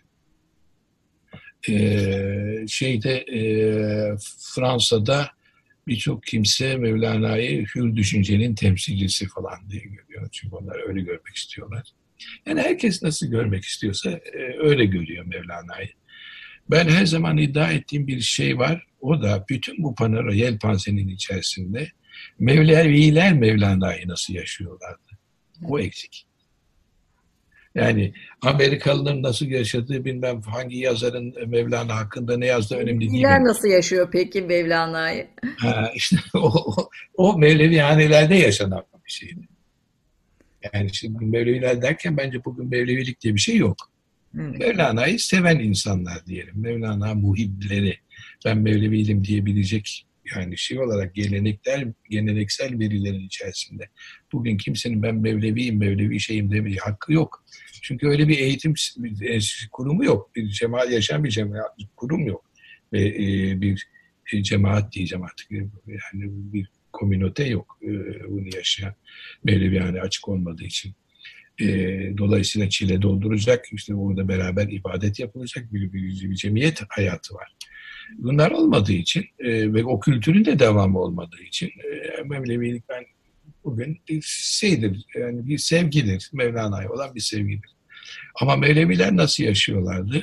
Fransa'da birçok kimse Mevlana'yı hür düşüncenin temsilcisi falan diye görüyor. Çünkü onlar öyle görmek istiyorlar. Yani herkes nasıl görmek istiyorsa öyle görüyor Mevlana'yı. Ben her zaman iddia ettiğim bir şey var. O da bütün bu panorama yelpazenin içerisinde Mevleviler Mevlana'yı nasıl yaşıyorlardı? O eksik. Yani Amerikalıların nasıl yaşadığı bilmem hangi yazarın Mevlana hakkında ne yazdığı önemli değil. Mevleviler nasıl yaşıyor peki Mevlana'yı? İşte o Mevlevihanelerde yaşanan bir şeydi. Yani şimdi Mevleviler derken bence bugün Mevlevilik diye bir şey yok. Mevlana'yı seven insanlar diyelim. Mevlana muhibleri. Ben Mevleviydim diyebilecek yani şey olarak geleneksel verilerin içerisinde. Bugün kimsenin ben Mevleviyim, Mevlevi şeyim demeye hakkı yok. Çünkü öyle bir eğitim kurumu yok. Yaşayan bir cemaat kurum yok. Ve bir cemaat diyeceğim artık. Yani bir komünote yok. Bunu yaşayan Mevlevihane açık olmadığı için. Dolayısıyla çile dolduracak, işte orada beraber ibadet yapılacak bir cemiyet hayatı var. Bunlar olmadığı için ve o kültürün de devamı olmadığı için Mevlevilik ben bugün bir şeydir, yani bir sevgidir, Mevlana'ya olan bir sevgidir. Ama Mevleviler nasıl yaşıyorlardı?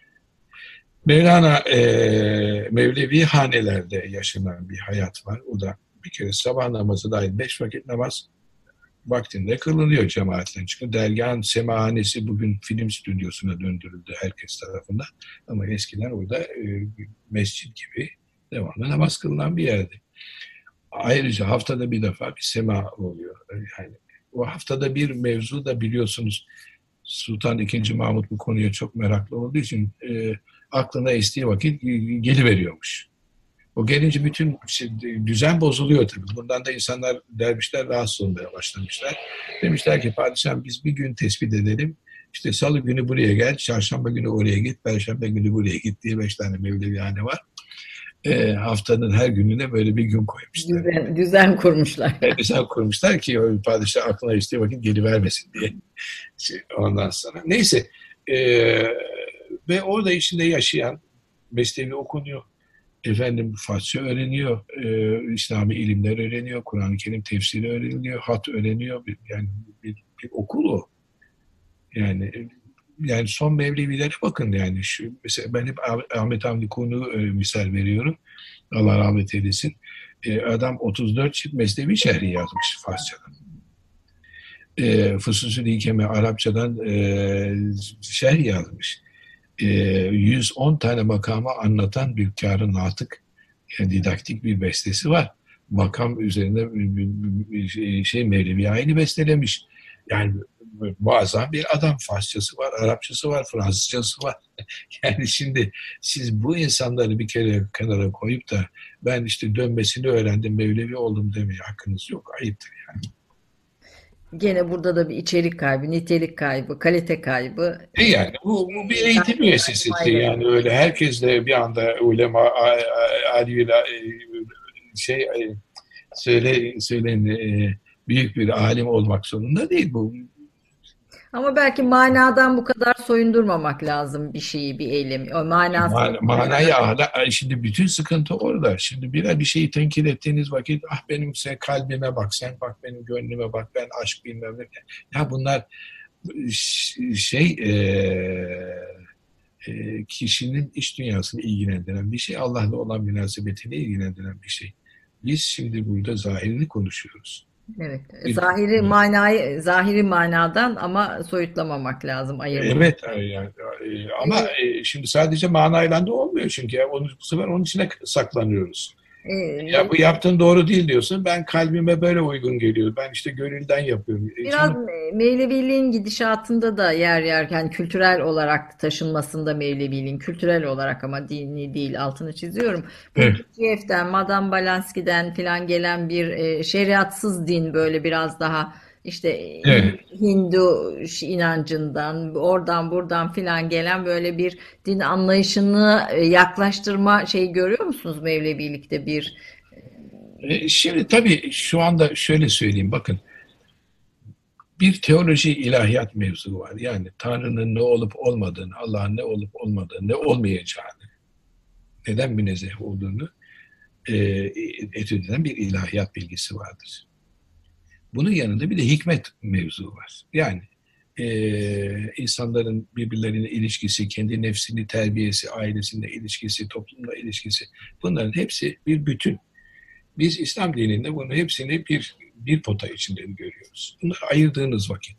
Mevlevi hanelerde yaşanan bir hayat var. O da bir kere sabah namazı dahil 5 vakit namaz vaktinde kılınıyor cemaatten. Çünkü dergahın semahanesi bugün film stüdyosuna döndürüldü herkes tarafından. Ama eskiden orada mescit gibi devamlı namaz kılınan bir yerdi. Ayrıca haftada bir defa bir sema oluyor. Yani o haftada bir mevzu da biliyorsunuz Sultan II. Mahmut bu konuya çok meraklı olduğu için aklına estiği vakit geliveriyormuş. O gelince bütün düzen bozuluyor tabii. Bundan da insanlar, dervişler rahatsız olmaya başlamışlar. Demişler ki padişahım biz bir gün tespit edelim. İşte salı günü buraya gel, çarşamba günü oraya git, perşembe günü buraya git diye 5 tane Mevlevihane var. Haftanın her gününe böyle bir gün koymuşlar. Düzen kurmuşlar. Düzen kurmuşlar ki o padişah aklına istediği vakit gelivermesin diye. Ondan sonra. Neyse. Ve orada içinde yaşayan Mesnevi okunuyor. Farsça öğreniyor. İslami ilimler öğreniyor. Kur'an-ı Kerim tefsiri öğreniliyor. Hat öğreniyor. Yani bir okul o. Yani son Mevlevilere bakın yani. Mesela ben hep Ahmet Hamdi Konu'yu misal veriyorum. Allah rahmet eylesin. Adam 34 cilt Mesnevi şerhi yazmış Farsçadan. Fususül Hikeme Arapçadan şerh yazmış. 110 tane makama anlatan bir kâr-ı natık, yani didaktik bir bestesi var. Makam üzerinde Mevlevi ayini bestelemiş. Yani muazzam bir adam. Farsçası var, Arapçası var, Fransızcası var. Yani şimdi siz bu insanları bir kere kenara koyup da ben işte dönmesini öğrendim, Mevlevi oldum demeye hakkınız yok. Ayıptır yani. Gene burada da bir içerik kaybı, nitelik kaybı, kalite kaybı. Yani bu bir eğitim müessesesi yani öyle herkes de bir anda ulema büyük bir alim olmak zorunda değil bu. Ama belki manadan bu kadar soyundurmamak lazım bir şeyi, bir eylemi. O manası. Manayı şimdi bütün sıkıntı orada. Şimdi bir şeyi tenkit ettiğiniz vakit benim sen kalbime bak, sen bak benim gönlüme bak, ben aşk bilmem ne. Ya bunlar kişinin iç dünyasını ilgilendiren bir şey. Allah'la olan münasebetini ilgilendiren bir şey. Biz şimdi burada zahirini konuşuyoruz. Evet. Zahiri manadan ama soyutlamamak lazım. Evet. Yani, ama şimdi sadece manayla da olmuyor çünkü. Bu sefer onun içine saklanıyoruz. Ya bu yaptığın doğru değil diyorsun. Ben kalbime böyle uygun geliyor. Ben işte gönülden yapıyorum. Biraz Mevleviliğin gidişatında da yer yerken kültürel olarak taşınmasında Mevleviliğin kültürel olarak ama dini değil altını çiziyorum. Bu Gurdjieff'ten, Madame Balanski'den filan gelen bir şeriatsız din böyle biraz daha işte Hindu inancından oradan buradan filan gelen böyle bir din anlayışını yaklaştırma şeyi görüyor musunuz Mevlevilikte bir? Şimdi tabii şu anda şöyle söyleyeyim bakın. Bir teoloji ilahiyat mevzu var. Yani Tanrı'nın ne olup olmadığını, Allah'ın ne olup olmadığını, ne olmayacağını, neden münezzeh olduğunu etüt eden bir ilahiyat bilgisi vardır. Bunun yanında bir de hikmet mevzu var. Yani insanların birbirlerine ilişkisi, kendi nefsini terbiyesi, ailesinde ilişkisi, toplumla ilişkisi bunların hepsi bir bütün. Biz İslam dininde bunun hepsini bir pota içinde görüyoruz. Bunları ayırdığınız vakit,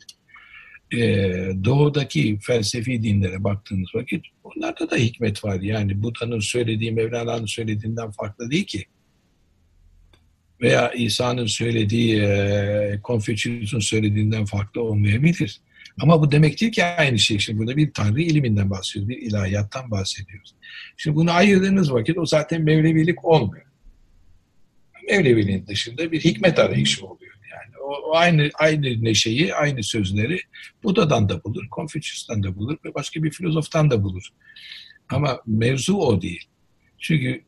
doğudaki felsefi dinlere baktığınız vakit onlarda da hikmet var. Yani Buda'nın söylediği, Mevlana'nın söylediğinden farklı değil ki. Veya İsa'nın söylediği, Konfüçyüs'ün söylediğinden farklı olmayabilir. Ama bu demek değil ki aynı şey. Şimdi burada bir Tanrı iliminden bahsediyoruz, bir ilahiyattan bahsediyoruz. Şimdi bunu ayırdığınız vakit o zaten Mevlevilik olmuyor. Mevleviliğin dışında bir hikmet arayışı oluyor. Yani o aynı neşeyi, aynı sözleri Buda'dan da bulur, Konfüçyüs'ten de bulur ve başka bir filozoftan da bulur. Ama mevzu o değil. Çünkü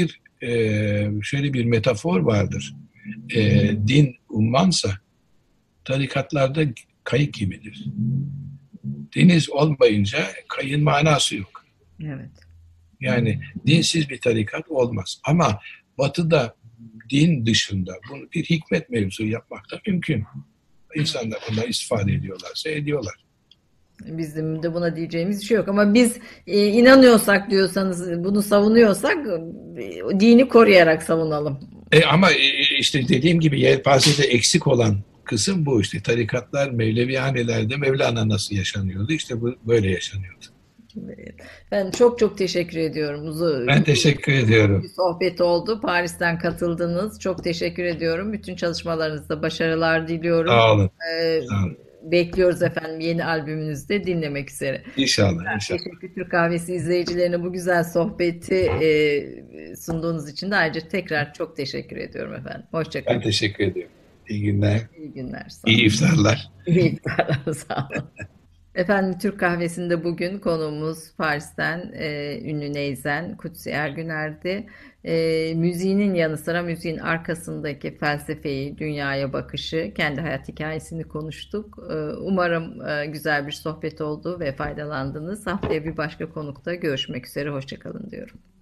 şöyle bir metafor vardır. Din ummansa tarikatlarda kayık gibidir. Deniz olmayınca kayığın manası yok. Evet. Yani dinsiz bir tarikat olmaz. Ama Batı'da din dışında bunu bir hikmet mevzu yapmak da mümkün. İnsanlar bundan istifade ediyorlarsa ediyorlar. Bizim de buna diyeceğimiz bir şey yok. Ama biz inanıyorsak diyorsanız, bunu savunuyorsak dini koruyarak savunalım. Ama işte dediğim gibi yelpazede eksik olan kısım bu işte. Tarikatlar Mevlevihanelerde Mevlana nasıl yaşanıyordu? İşte bu böyle yaşanıyordu. Ben çok teşekkür ediyorum. Ben teşekkür ediyorum. Bir sohbet oldu. Paris'ten katıldınız. Çok teşekkür ediyorum. Bütün çalışmalarınızda başarılar diliyorum. Sağ olun. Sağ olun. bekliyoruz efendim, yeni albümünüzde dinlemek üzere. İnşallah, inşallah. Teşekkür Türk Kahvesi izleyicilerine bu güzel sohbeti sunduğunuz için de ayrıca tekrar çok teşekkür ediyorum efendim. Ben Hoşçakalın. teşekkür ediyorum. İyi günler, İyi günler. Sağ olun. iyi iftarlar. İyi iftarlar. Sağ olun. Efendim, Türk Kahvesi'nde bugün konuğumuz Paris'ten ünlü neyzen Kutsi Ergüner'di. Müziğinin yanı sıra müziğin arkasındaki felsefeyi, dünyaya bakışı, kendi hayat hikayesini konuştuk. Umarım güzel bir sohbet oldu ve faydalandınız. Haftaya bir başka konukta görüşmek üzere. Hoşça kalın diyorum.